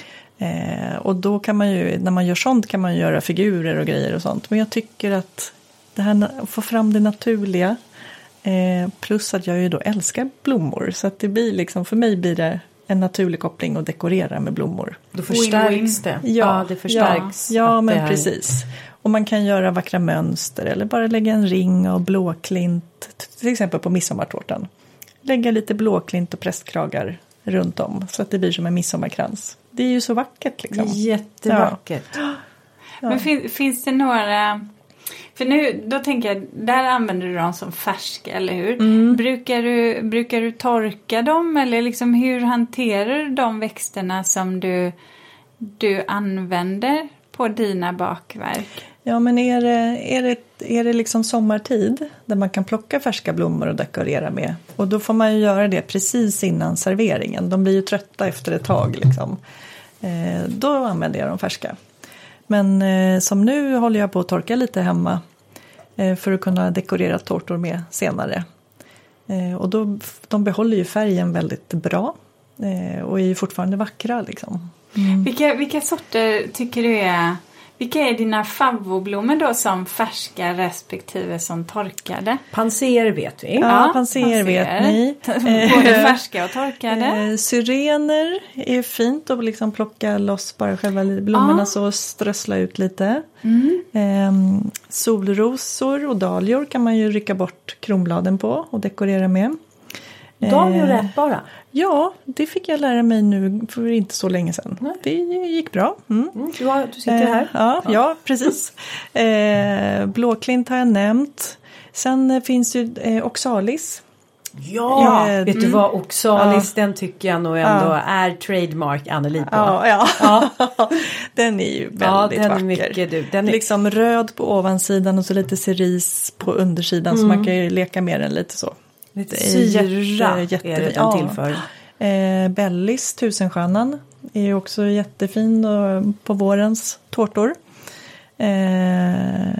Eh, och då kan man ju, när man gör sånt kan man göra figurer och grejer och sånt. Men jag tycker att det här, att få fram det naturliga, eh, plus att jag ju då älskar blommor. Så att det blir liksom, för mig blir det en naturlig koppling att dekorera med blommor. Då förstärks det. Ja, ja det förstärks. Ja, ja men precis. Och man kan göra vackra mönster eller bara lägga en ring av blåklint, till exempel på midsommartårtan. Lägga lite blåklint och prästkragar runt om så att det blir som en midsommarkrans. Det är ju så vackert liksom. Jättevackert. Ja. Ja. Men fin, finns det några... För nu, då tänker jag, där använder du dem som färska, eller hur? Mm. Brukar du, brukar du torka dem? Eller liksom hur hanterar du de växterna som du, du använder på dina bakverk? Ja, men är det, är det, är det liksom sommartid där man kan plocka färska blommor och dekorera med? Och då får man ju göra det precis innan serveringen. De blir ju trötta efter ett tag liksom. Eh, då använder jag de färska. Men eh, som nu håller jag på att torka lite hemma eh, för att kunna dekorera tårtor med senare. Eh, och då, de behåller ju färgen väldigt bra eh, och är ju fortfarande vackra liksom. Mm. Vilka, vilka sorter tycker du är... Vilka är dina favoblommor då som färska respektive som torkade? Panser vet vi. Ja, ja panser, panser vet ni. Både färska och torkade. Eh, syrener är fint att liksom plocka loss bara själva blommorna ja. Så strössla ut lite. Mm. Eh, solrosor och dahlior kan man ju rycka bort kronbladen på och dekorera med. Dahlior är ätbara? Ja, det fick jag lära mig nu för inte så länge sedan. Nej. Det gick bra. Mm. Mm, du, har, du sitter här. Eh, ja, ja. ja, precis. Eh, blåklint har jag nämnt. Sen finns ju eh, oxalis. Ja, eh, vet mm. du vad? Oxalis, ja. Den tycker jag nog ändå ja. Är trademark Anneli på. Ja, ja. ja. Den är ju väldigt ja, den vacker. Är mycket, du. Den är... Liksom röd på ovansidan och så lite cerise på undersidan. Mm. Så man kan ju leka med den lite så. Lite syra jätte, jätte, är det den tillför. Ja. Eh, Bellis, tusenstjärnan, är ju också jättefin och, på vårens tårtor. Eh,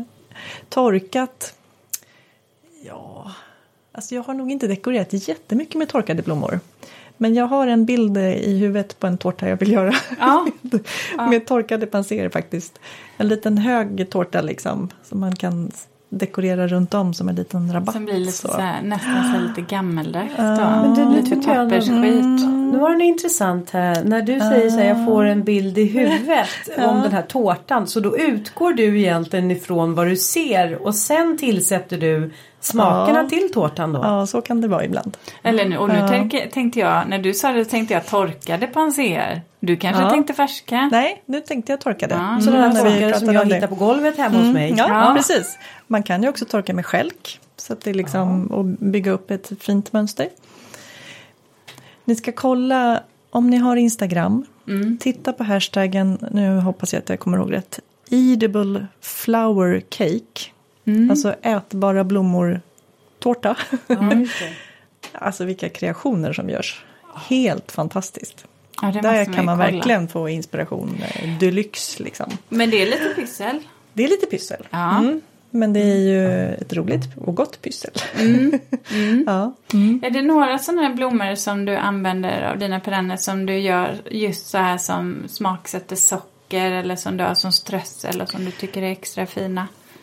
torkat. Ja, alltså jag har nog inte dekorerat jättemycket med torkade blommor. Men jag har en bild i huvudet på en tårta jag vill göra. Ja. med, ja. med torkade panser faktiskt. En liten hög tårta liksom som man kan dekorera runt om som en liten rabatt. Som blir lite så. så här, nästan så lite gammeldags då. Ja. Men du, nu Lite tycker jag pappersskit. Mm. Nu var det något intressant här. När du säger så här, jag får en bild i huvudet om den här tårtan. Så då utgår du egentligen ifrån vad du ser. Och sen tillsätter du smakerna Ja. till tårtan då. Ja, så kan det vara ibland. Eller nu, och nu Ja. tänk, tänkte jag, när du sa det tänkte jag torkade panser. Du kanske Ja. tänkte färska? Nej, nu tänkte jag torka det. Ja. Så den här när vi torkaren som pratade jag om det. hittar på golvet hemma hos mig. Ja, Ja. precis. Man kan ju också torka med stjälk. Så att det är liksom, och bygga upp ett fint mönster. Ni ska kolla, om ni har Instagram. Mm. Titta på hashtaggen, nu hoppas jag att jag kommer ihåg rätt. Edible flower cake. Mm. Alltså ätbara blommor tårta. Ja, just det. Alltså vilka kreationer som görs. Helt fantastiskt. Ja, det Där måste kan man kolla. verkligen få inspiration eh, deluxe liksom. Men det är lite pyssel. Det är lite pyssel. Ja. Mm. Men det är ju ett roligt och gott pyssel. Mm. Mm. Ja. Mm. Är det några sådana här blommor som du använder av dina perenner som du gör just så här som smaksätter socker eller som du har som strössel eller som du tycker är extra fina?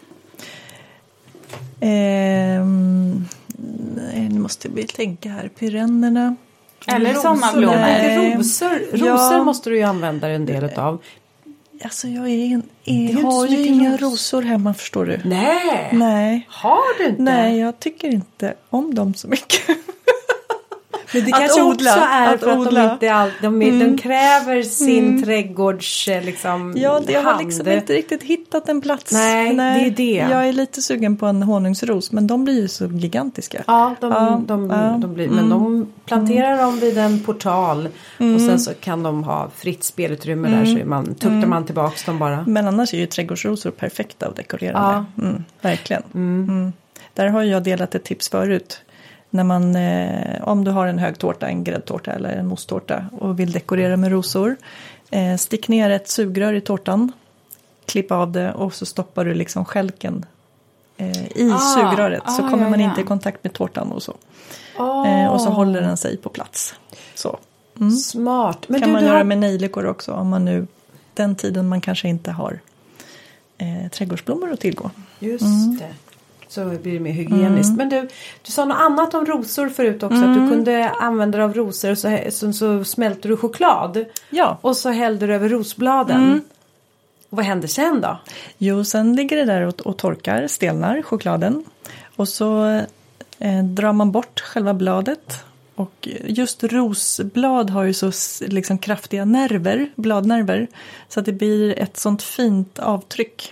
Ehm, nej, nu måste vi tänka här. Perennerna. Eller Rosor, sommarblommor. Nej. Rosor, Ja. rosor måste du ju använda en del av. Alltså jag, är en, är ju jag inte har så ju mycket inga ros. rosor hemma, förstår du. Nej. Nej. Har du inte? Nej, jag tycker inte om dem så mycket. Men det Att kanske odla, också är att för att de odla. inte all, de, är, Mm. de kräver sin Mm. trädgårds liksom, Ja, det, jag har hand. liksom inte riktigt hittat en plats. Nej, det är det. Jag är lite sugen på en honungsros, men de blir ju så gigantiska. Ja, de, Ja, de, ja. de blir, men de planterar dem vid en portal och sen så kan de ha fritt spelutrymme där så man, tuktar man tillbaks dem bara. Men annars är ju trädgårdsrosor perfekta att dekorera Ja. med. Mm, verkligen. Mm. Där har jag delat ett tips förut. När man, eh, om du har en hög tårta, en gräddtårta eller en mosttårta och vill dekorera med rosor. Eh, stick ner ett sugrör i tårtan. Klipp av det och så stoppar du liksom skälken eh, i Ah, sugröret. ah, så kommer ja, man ja. inte i kontakt med tårtan och så. Oh, Eh, och så håller den sig på plats. Så. Mm. Smart. Men kan du, man du göra har... med nejlikor också om man nu den tiden man kanske inte har eh, trädgårdsblommor att tillgå. Just Mm. det. Så blir det mer hygieniskt. Men du, du sa något annat om rosor förut också. Att du kunde använda dig av rosor och så, så, så smälter du choklad. Ja. Och så hällde du över rosbladen. Mm. Och vad händer sen då? Jo, sen ligger det där och, och torkar, stelnar chokladen. Och så eh, drar man bort själva bladet. Och just rosblad har ju så s- liksom kraftiga nerver, bladnerver. Så att det blir ett sånt fint avtryck.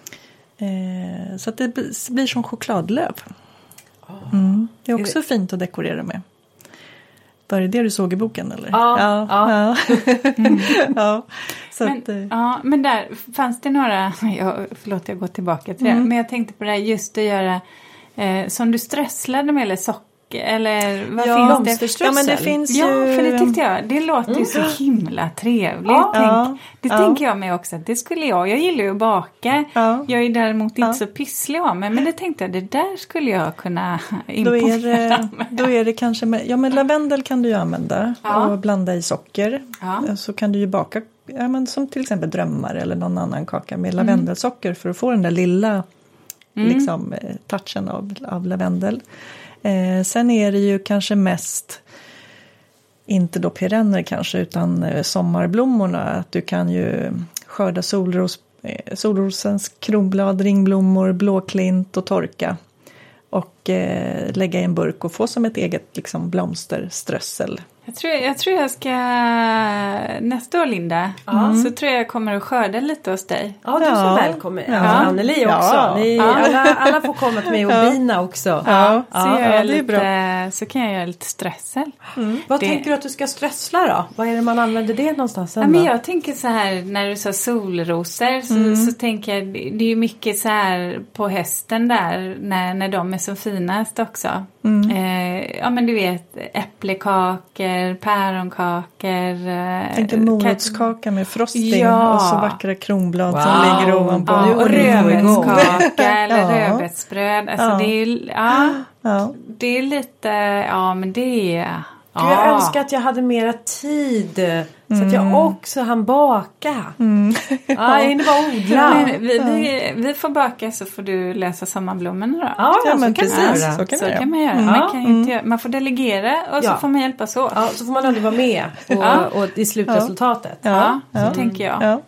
Eh, så att det b- blir som chokladlöv. Mm. Det är också fint att dekorera med. Var det det du såg i boken eller? Ja, ja. ja. ja. ja. Så Men, att, eh, ja, men där fanns det några, jag, förlåt jag går tillbaka till det, men jag tänkte på det här just att göra eh, som du strösslade med eller socker, eller vad Ja, finns det? blomsterströssel. ja, men det finns Ja, ju... för det tyckte jag, det låter ju så himla trevligt. Ja. Tänk, Ja. det Ja. tänker jag mig också, att det skulle jag, jag gillar ju att baka, Ja. jag är däremot Ja. inte så pysslig av mig, men det tänkte jag, det där skulle jag kunna Då imponera är, det, med. då är det kanske med, ja men lavendel kan du ju använda Ja. och blanda i socker. Ja. Så kan du ju baka, ja, men som till exempel drömmar eller någon annan kaka med lavendelsocker för att få den där lilla Mm. liksom, eh, touchen av, av lavendel. Eh, sen är det ju kanske mest, inte då perenner kanske, utan eh, sommarblommorna. Att du kan ju skörda solros, eh, solrosens kronblad, ringblommor, blåklint och torka. Och eh, lägga i en burk och få som ett eget liksom, blomsterströssel. Jag tror, jag tror jag ska, nästa år Linda, så tror jag jag kommer att skörda lite hos dig. Ja, du är så Ja. välkommen. Ja. Ja. Anneli också. Ja. Ni, Ja. alla, alla får komma till mig och Ja. bina också. Ja. Så, Ja, gör ja, jag det är lite, så kan jag göra lite strössel. Vad Det- tänker du att du ska strössla då? Vad är det man använder det någonstans sen Ja, men då? jag tänker så här, när du sa solrosor så, så tänker jag, det det är ju mycket så här på hösten där, när, när de är som finast också. Eh, ja men du vet, äppelkakor, päronkakor. Eh, Tänker morotskaka med frosting Ja. och så vackra kronblad Wow. som ligger ovanpå. Ja, Nu och är det igång. rödbetskaka eller Ja. rödbetsbröd. Alltså Ja. det är ju, ja, Ja. det är lite, ja men det är, Gud, jag ja. önskar att jag hade mera tid Så att jag också hann baka. Mm. Ja, jag hinner bara odla. Men vi, vi, vi får baka så får du läsa sommarblommorna då. Ja, ja så men kan precis. man göra. Så kan, så man, kan man göra. Mm. Man, kan inte göra. Man får delegera och ja. så får man hjälpas åt. Ja, så får man aldrig vara med och, ja. och i slutresultatet. Ja, ja, så ja. tänker jag. Ja.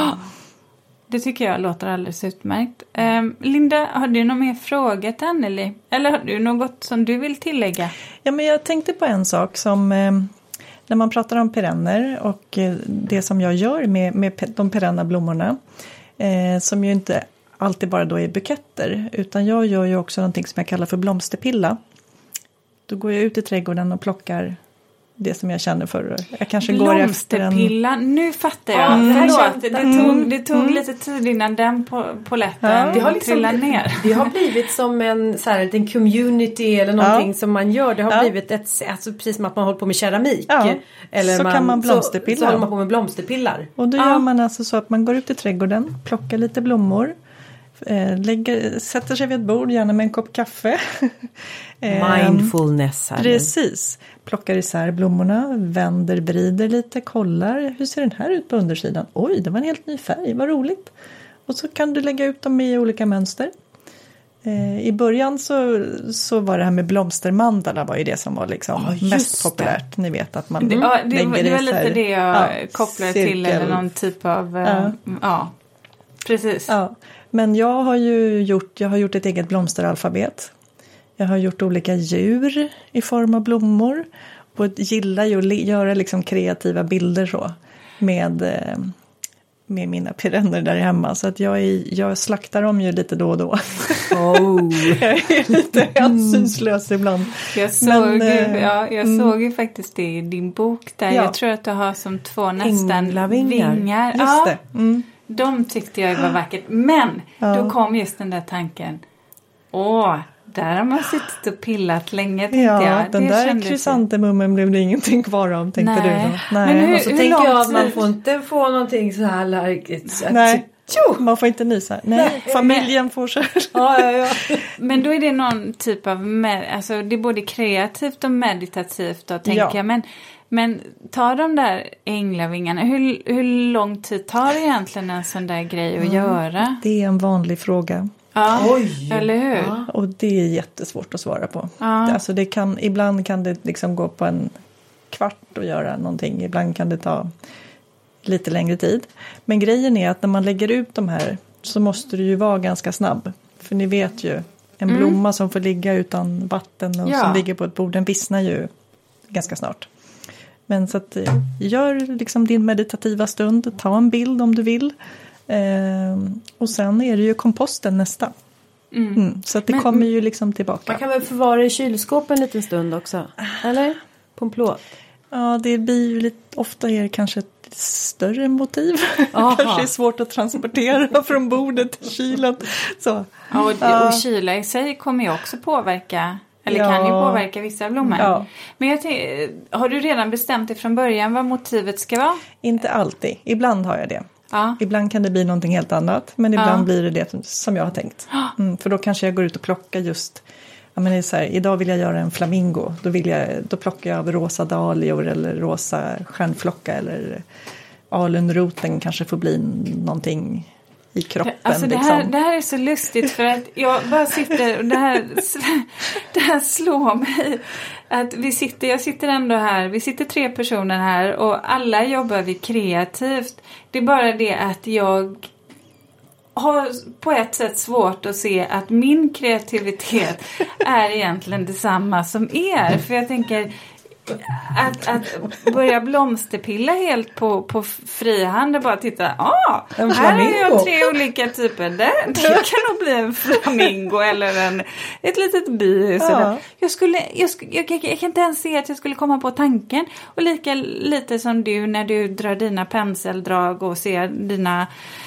Det tycker jag låter alldeles utmärkt. Um, Linda, har du någon mer fråga till Anneli? Eller har du något som du vill tillägga? Ja, men jag tänkte på en sak som eh, när man pratar om perenner och eh, det som jag gör med, med pe- de perenna blommorna eh, som ju inte alltid bara då är buketter utan jag gör ju också någonting som jag kallar för blomsterpilla. Då går jag ut i trädgården och plockar det som jag känner för. Jag kanske går efter en... Blomsterpilla, nu fattar jag. Mm. Förlåt, det, det tog, Mm. det tog Mm. lite tid innan den på, på lätten Ja. Det har liksom trillade ner. Det har blivit som en, så här, en community eller någonting Ja. som man gör. Det har Ja. blivit ett, alltså precis som att man håller på med keramik. Ja. Eller Så kan man blomsterpilla. Så, så håller man på med blomsterpillar. Och då Ja. gör man alltså så att man går ut i trädgården, plockar lite blommor, eh, lägger, sätter sig vid ett bord, gärna med en kopp kaffe. eh, Mindfulness här. Precis. Plockar isär blommorna, vänder, vrider lite, kollar. Hur ser den här ut på undersidan? Oj, det var en helt ny färg, vad roligt. Och så kan du lägga ut dem i olika mönster. Eh, I början så, så var det här med blomstermandala var ju det som var liksom Ja, just mest det. populärt. Ni vet att man Det, ja, det, lägger det var i så här- lite det jag ja, kopplade till. cirkel. Eller någon typ av... eh, Ja. ja, precis. Ja, men jag har ju gjort, jag har gjort ett eget blomsteralfabet. Jag har gjort olika djur i form av blommor. Och gillar ju att le- göra liksom kreativa bilder så. Med, eh, med mina perenner där hemma. Så att jag, är, jag slaktar dem ju lite då och då. Oh. Jag är lite hänsynslös ibland. Jag såg, Men, ju, eh, ja, jag mm. såg ju faktiskt det i din bok där. Ja. Jag tror att du har som två nästan Änglavingar. vingar. Just Ja, det. Mm. de tyckte jag var vackert. Men Ja. då kom just den där tanken. Åh, där har man suttit och pillat länge tänkte Ja, jag. den Det där kändes- krysantemummen blev det ingenting kvar av, tänkte Nej. du då? Men hur- Och så hur tänker lång jag att man tid- får inte få någonting så här larkigt. Nej, man får inte nysa. Nej, familjen får så. Ja, ja, ja. Men då är det någon typ av, med, alltså det är både kreativt och meditativt då tänker Ja. jag. Men, men ta de där änglavingarna, hur, hur lång tid tar det egentligen en sån där grej att göra? Det är en vanlig fråga. Ja, Oj. eller hur? Ja. Och det är jättesvårt att svara på. Ja. Alltså det kan, ibland kan det liksom gå på en kvart att göra någonting. Ibland kan det ta lite längre tid. Men grejen är att när man lägger ut de här så måste du ju vara ganska snabb. För ni vet ju, en Mm. blomma som får ligga utan vatten och Ja. som ligger på ett bord, den vissnar ju ganska snart. Men så att eh, gör liksom din meditativa stund, ta en bild om du vill. Ehm, och sen är det ju komposten nästa. Mm. Mm, så att det Men- kommer ju liksom tillbaka. Man kan väl förvara i kylskåpet en liten stund också? Eller? På en plåt? Ja, det blir ju lite, ofta är det kanske ett större motiv. Aha. kanske är svårt att transportera från bordet till kylen. Så. Ja, och, Ja. och kyla i sig kommer ju också påverka, eller Ja. kan ju påverka vissa blommor. Ja. Men jag tänk, har du redan bestämt dig från början vad motivet ska vara? Inte alltid, ibland har jag det. Ja. Ibland kan det bli någonting helt annat, men ibland Ja. blir det det som jag har tänkt. Mm, för då kanske jag går ut och plockar just, ja, men det är så här, idag vill jag göra en flamingo. Då, vill jag, då plockar jag av rosa dahlior eller rosa stjärnflocka eller alunroten kanske får bli någonting i kroppen. Alltså det liksom. här, det här är så lustigt för att jag bara sitter och det här, det här slår mig. Att vi sitter, jag sitter ändå här, vi sitter tre personer här och alla jobbar vi kreativt. Det är bara det att jag har på ett sätt svårt att se att min kreativitet är egentligen detsamma som er. För jag tänker att, att börja blomsterpilla helt på, på frihand och bara titta, ah, En här har flamingo. jag tre olika typer. Det, det kan nog bli en flamingo eller en, ett litet bihus. Ja. Eller. Jag, skulle, jag, skulle, jag, jag, jag kan inte ens se att jag skulle komma på tanken. Och lika lite som du när du drar dina penseldrag och ser dina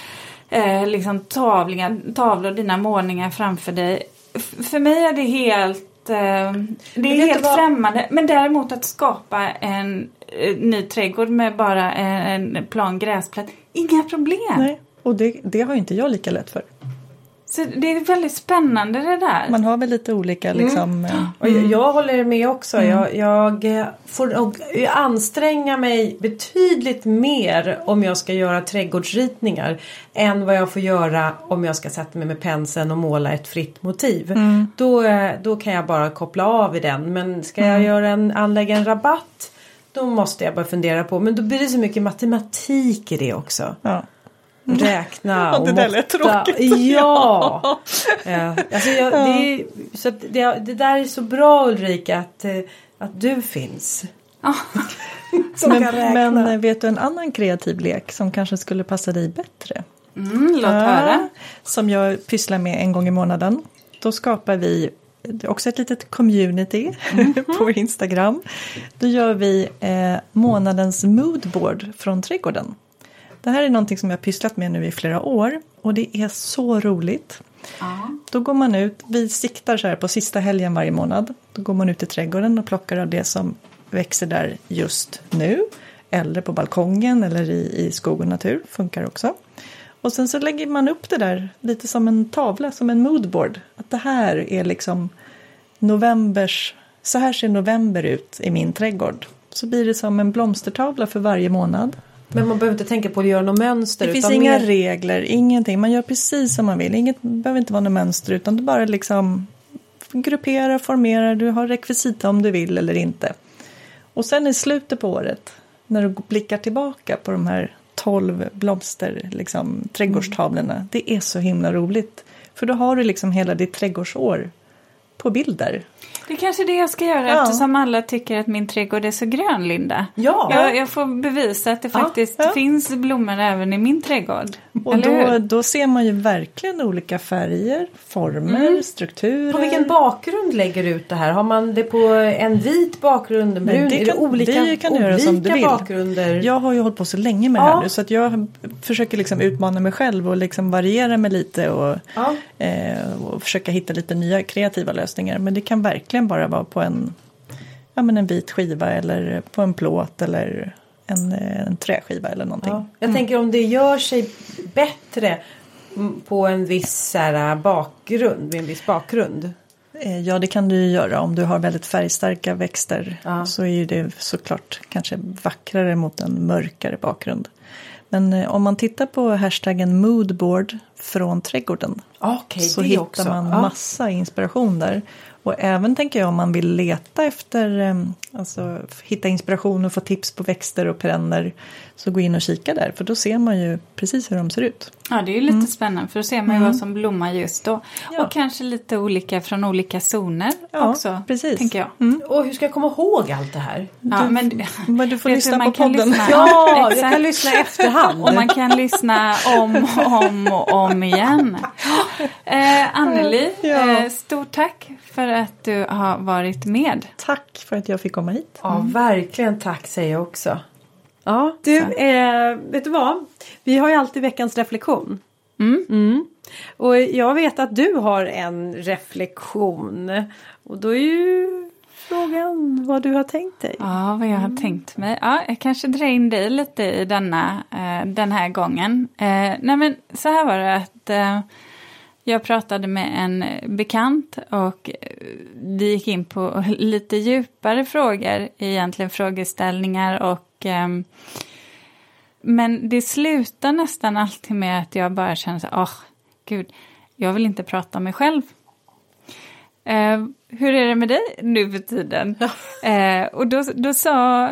eh, liksom tavlingar, tavlor, dina målningar framför dig. F- för mig är det helt det är vet helt du vad- främmande. Men däremot att skapa en eh, ny trädgård med bara en, en plan gräsplätt. Inga problem. Nej, och det, det har inte jag lika lätt för. Så det är väldigt spännande det där. Man har väl lite olika liksom. Mm. Mm. Och jag, jag håller med också. Mm. Jag, jag får nog anstränga mig betydligt mer om jag ska göra trädgårdsritningar än vad jag får göra om jag ska sätta mig med penseln och måla ett fritt motiv. Mm. Då, då kan jag bara koppla av i den. Men ska jag mm. göra en, anlägga en rabatt, då måste jag bara fundera på. Men då blir det så mycket matematik i det också. Ja. Räkna och det där lät tråkigt. Ja. ja. Alltså jag, det, är, så att det, det där är så bra, Ulrika, att, att du finns. Ja. men, men vet du en annan kreativ lek som kanske skulle passa dig bättre? Mm, låt höra. Som jag pysslar med en gång i månaden. Då skapar vi också ett litet community mm-hmm. på Instagram. Då gör vi eh, månadens moodboard från trädgården. Det här är någonting som jag har pysslat med nu i flera år. Och det är så roligt. Ja. Då går man ut, vi siktar så här på sista helgen varje månad. Då går man ut i trädgården och plockar av det som växer där just nu. Eller på balkongen eller i, i skog och natur. Funkar också. Och sen så lägger man upp det där lite som en tavla, som en moodboard. Att det här är liksom novembers, så här ser november ut i min trädgård. Så blir det som en blomstertavla för varje månad. Men man behöver inte tänka på att göra något mönster. Det utan finns inga mer... regler, ingenting. Man gör precis som man vill. Inget behöver inte vara något mönster, utan du bara liksom grupperar, formerar. Du har rekvisita om du vill eller inte. Och sen i slutet på året, när du blickar tillbaka på de här tolv blomster, liksom, trädgårdstavlorna. Mm. Det är så himla roligt. För då har du liksom hela ditt trädgårdsår på bilder. Det är kanske det jag ska göra ja. Eftersom alla tycker att min trädgård är så grön, Linda. Ja. Jag, jag får bevisa att det ja. faktiskt ja. finns blommor även i min trädgård. Och då, då ser man ju verkligen olika färger, former, mm. strukturer. På vilken bakgrund lägger du ut det här? Har man det på en vit bakgrund, en brun? Det är kan, det olika, det kan olika göra som du vill. Bakgrunder? Jag har ju hållit på så länge med ja. det här nu, så att jag försöker liksom utmana mig själv och liksom variera mig lite och, ja. eh, och försöka hitta lite nya kreativa lösningar. Men det kan verkligen bara vara på en, ja, men en vit skiva eller på en plåt eller en, en träskiva eller någonting. Ja. Jag mm. tänker om det gör sig bättre på en viss så här, bakgrund, med en viss bakgrund. Ja, det kan du ju göra. Om du har väldigt färgstarka växter ja. så är ju det såklart kanske vackrare mot en mörkare bakgrund. Men eh, om man tittar på hashtaggen moodboard från trädgården okay, så det hittar också. man ja. massa inspiration där. Och även tänker jag om man vill leta efter, eh, alltså hitta inspiration och få tips på växter och perenner, så gå in och kika där. För då ser man ju precis hur de ser ut. Ja, det är ju lite mm. spännande, för då ser man ju mm. vad som blommar just då. Ja. Och kanske lite olika från olika zoner ja, också, precis. tänker jag. Mm. Och hur ska jag komma ihåg allt det här? Ja, du, men, men du får lyssna man på podden. Lyssna, ja, jag kan lyssna i efterhand. Och man kan lyssna om och om och om igen. Eh, Anneli, ja. eh, stort tack för att du har varit med. Tack för att jag fick komma hit. Ja, mm. verkligen tack säger jag också. Ja, du, eh, vet du vad? Vi har ju alltid veckans reflektion. Mm. Mm. Och jag vet att du har en reflektion. Och då är ju frågan vad du har tänkt dig. Ja, vad jag har mm. tänkt mig. Ja, jag kanske drar in dig lite i denna, eh, den här gången. Eh, nej men så här var det att eh, jag pratade med en bekant och vi gick in på lite djupare frågor, egentligen frågeställningar och eh, men det slutar nästan alltid med att jag bara känner så, åh oh, gud, jag vill inte prata om mig själv. Eh, hur är det med dig nu för tiden? eh, och då, då sa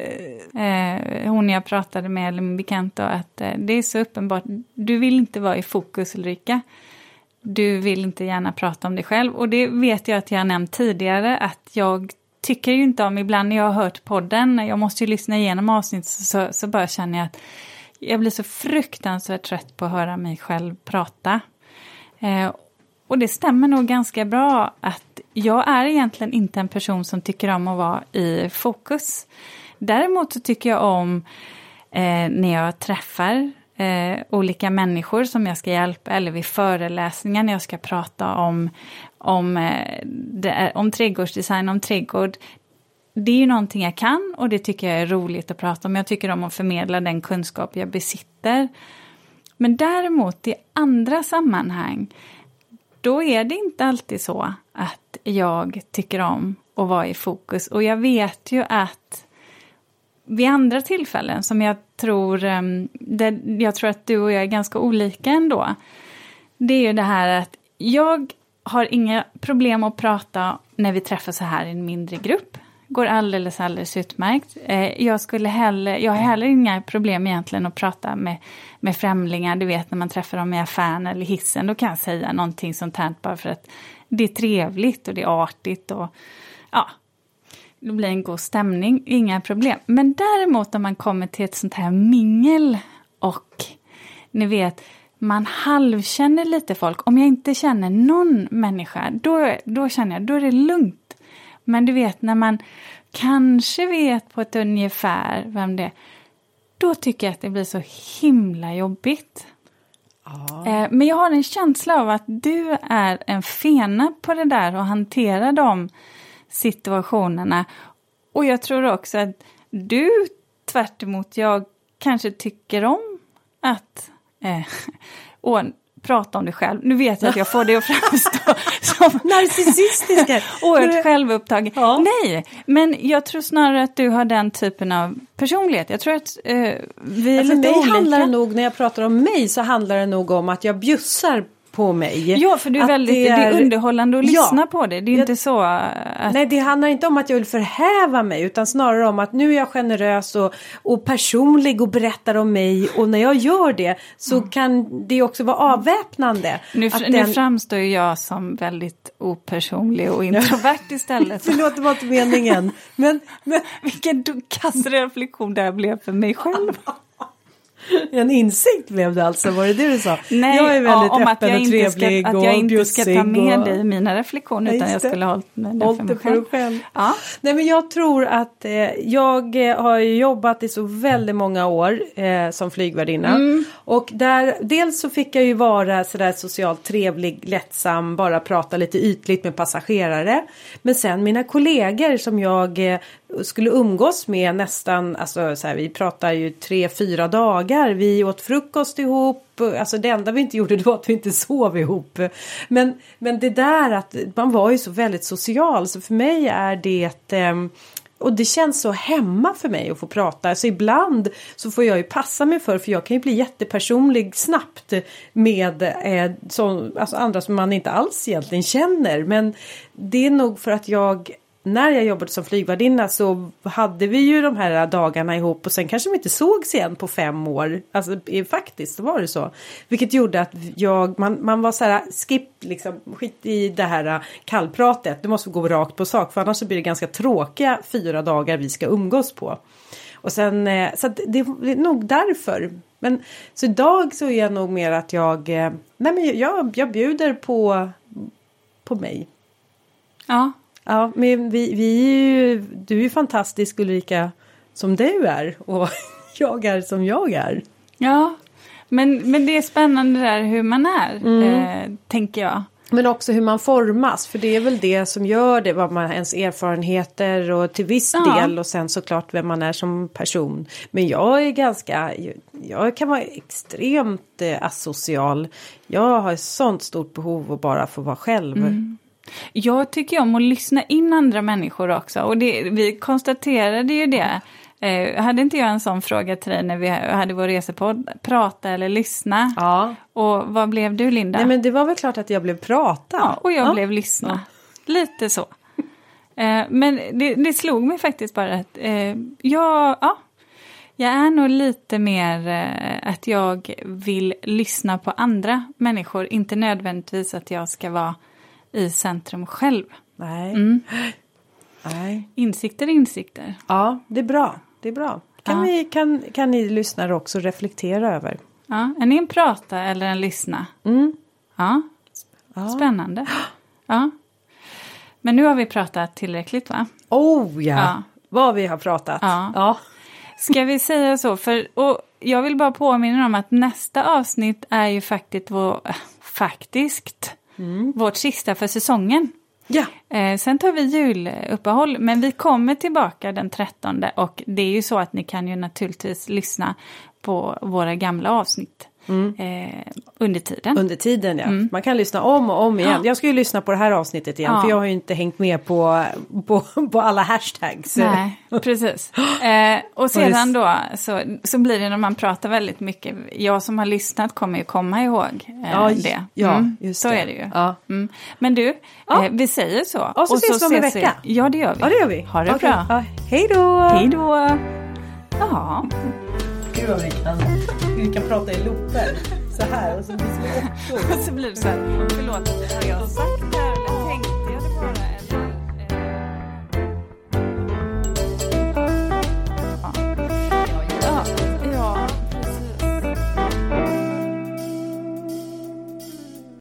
eh, hon jag pratade med, eller min bekant då, att eh, det är så uppenbart, du vill inte vara i fokus, Ulrika. Du vill inte gärna prata om dig själv. Och det vet jag att jag har nämnt tidigare, att jag tycker ju inte om, ibland när jag har hört podden, jag måste ju lyssna igenom avsnitt, så, så bara känner jag att jag blir så fruktansvärt trött på att höra mig själv prata. Eh, och det stämmer nog ganska bra att jag är egentligen inte en person som tycker om att vara i fokus. Däremot så tycker jag om eh, när jag träffar eh, olika människor som jag ska hjälpa, eller vid föreläsningar när jag ska prata om, om, eh, det, om trädgårdsdesign, om trädgård. Det är ju någonting jag kan och det tycker jag är roligt att prata om. Jag tycker om att förmedla den kunskap jag besitter. Men däremot i andra sammanhang, då är det inte alltid så att jag tycker om att vara i fokus. Och jag vet ju att vid andra tillfällen som jag tror, där jag tror att du och jag är ganska olika ändå. Det är ju det här att jag har inga problem att prata när vi träffas så här i en mindre grupp. Går alldeles, alldeles utmärkt. Jag skulle heller, jag har heller inga problem egentligen att prata med, med främlingar. Du vet när man träffar dem i affären eller hissen. Då kan jag säga någonting sånt här bara för att det är trevligt och det är artigt. Och ja, det blir en god stämning. Inga problem. Men däremot om man kommer till ett sånt här mingel och ni vet, man halvkänner lite folk. Om jag inte känner någon människa, då, då känner jag, då är det lugnt. Men du vet, när man kanske vet på ett ungefär vem det är, då tycker jag att det blir så himla jobbigt. Ah. Eh, men jag har en känsla av att du är en fena på det där och hantera de situationerna. Och jag tror också att du, tvärt emot jag, kanske tycker om att eh, och, prata om dig själv. Nu vet jag att jag får det att framstå som narcissistiska. Oerhört självupptagen. Ja. Nej, men jag tror snarare att du har den typen av personlighet. Jag tror att eh, vi är alltså, lite mig olika. handlar det nog, när jag pratar om mig så handlar det nog om att jag bjussar på mig. Ja, för du är väldigt, det är, det är underhållande att lyssna ja, på det. Det är jag, inte så att... Nej, det handlar inte om att jag vill förhäva mig, utan snarare om att nu är jag generös och, och personlig och berättar om mig. Och när jag gör det så mm. kan det också vara avväpnande. Nu, att nu den... framstår ju jag som väldigt opersonlig och introvert istället. Förlåt, det var inte meningen. Men, men... Vilken kass reflektion det blev för mig själv. En insikt blev det alltså, var det det du sa? Nej, jag är väldigt ja, om öppen att jag och trevlig inte ska, och att jag inte ska ta med och... dig i mina reflektioner, utan jag skulle ha hållit med det för mig själv. själv. Ja. Nej, men jag tror att eh, jag har jobbat i så väldigt många år eh, som flygvärdinna. Mm. Och där, dels så fick jag ju vara sådär socialt trevlig, lättsam, bara prata lite ytligt med passagerare. Men sen mina kollegor som jag eh, skulle umgås med nästan, alltså så här, vi pratar ju tre, fyra dagar. Vi åt frukost ihop. Alltså det enda vi inte gjorde det var att vi inte sov ihop. Men, men det där att man var ju så väldigt social. Så för mig är det... Eh, och det känns så hemma för mig att få prata. Alltså ibland så får jag ju passa mig för. För jag kan ju bli jättepersonlig snabbt med eh, så, alltså andra som man inte alls egentligen känner. Men det är nog för att jag... När jag jobbade som flygvärdinna så hade vi ju de här dagarna ihop och sen kanske vi inte sågs igen på fem år. Alltså faktiskt så var det så. Vilket gjorde att jag, man, man var så här, skip liksom, skit i det här kallpratet. Det måste gå rakt på sak för annars så blir det ganska tråkiga fyra dagar vi ska umgås på. Och sen, så att det är nog därför. Men så idag så är jag nog mer att jag, nej men jag, jag bjuder på, på mig. Ja. Ja, men vi, vi är ju, du är ju fantastisk Ulrika som du är och jag är som jag är. Ja, men, men det är spännande där hur man är, mm. eh, tänker jag. Men också hur man formas, för det är väl det som gör det, vad man ens erfarenheter och till viss ja. del och sen såklart vem man är som person. Men jag är ganska, jag kan vara extremt eh, asocial. Jag har ett sånt stort behov att bara få vara själv. Mm. Jag tycker om att lyssna in andra människor också. Och det, vi konstaterade ju det. Eh, hade inte jag en sån fråga till dig när vi hade vår resa på prata eller lyssna? Ja. Och vad blev du, Linda? Nej, men det var väl klart att jag blev prata. Ja, och jag ja. blev lyssna. Ja. Lite så. Eh, men det, det slog mig faktiskt bara att eh, jag, ja, jag är nog lite mer eh, att jag vill lyssna på andra människor. Inte nödvändigtvis att jag ska vara i centrum själv. Nej. Mm. Nej. Insikter, insikter. Ja, det är bra. Det är bra. Kan, ja. vi, kan, kan ni lyssnare också reflektera över? Ja, är ni en prata eller en lyssna? Mm. Ja. ja. Spännande. Ja. Men nu har vi pratat tillräckligt, va? Oh ja, ja. Vad vi har pratat. Ja. ja. Ska vi säga så? För, och jag vill bara påminna om att nästa avsnitt är ju faktiskt, vår, äh, faktiskt mm. vårt sista för säsongen. Ja. Eh, sen tar vi juluppehåll, men vi kommer tillbaka den trettonde och det är ju så att ni kan ju naturligtvis lyssna på våra gamla avsnitt mm. eh, under tiden. Under tiden, ja. Mm. Man kan lyssna om och om igen. Ja. Jag ska ju lyssna på det här avsnittet igen, ja. för jag har ju inte hängt med på, på, på alla hashtags. Nej, precis. Eh, och sedan då så, så blir det när man pratar väldigt mycket. Jag som har lyssnat kommer ju komma ihåg eh, ja, det. Ja, mm. just så det. är det ju. Ja. Mm. Men du, ja. eh, vi säger så. Och så, och så ses vi om en vecka. Vi. Ja, det gör vi. Ja, det gör vi. Ha det okay. bra. Ja, hej då! Hej då! Ja. Gud vad vi kan, vi kan prata i looper. Så här och så blir det så och så blir det så här. Förlåt, har jag sagt det?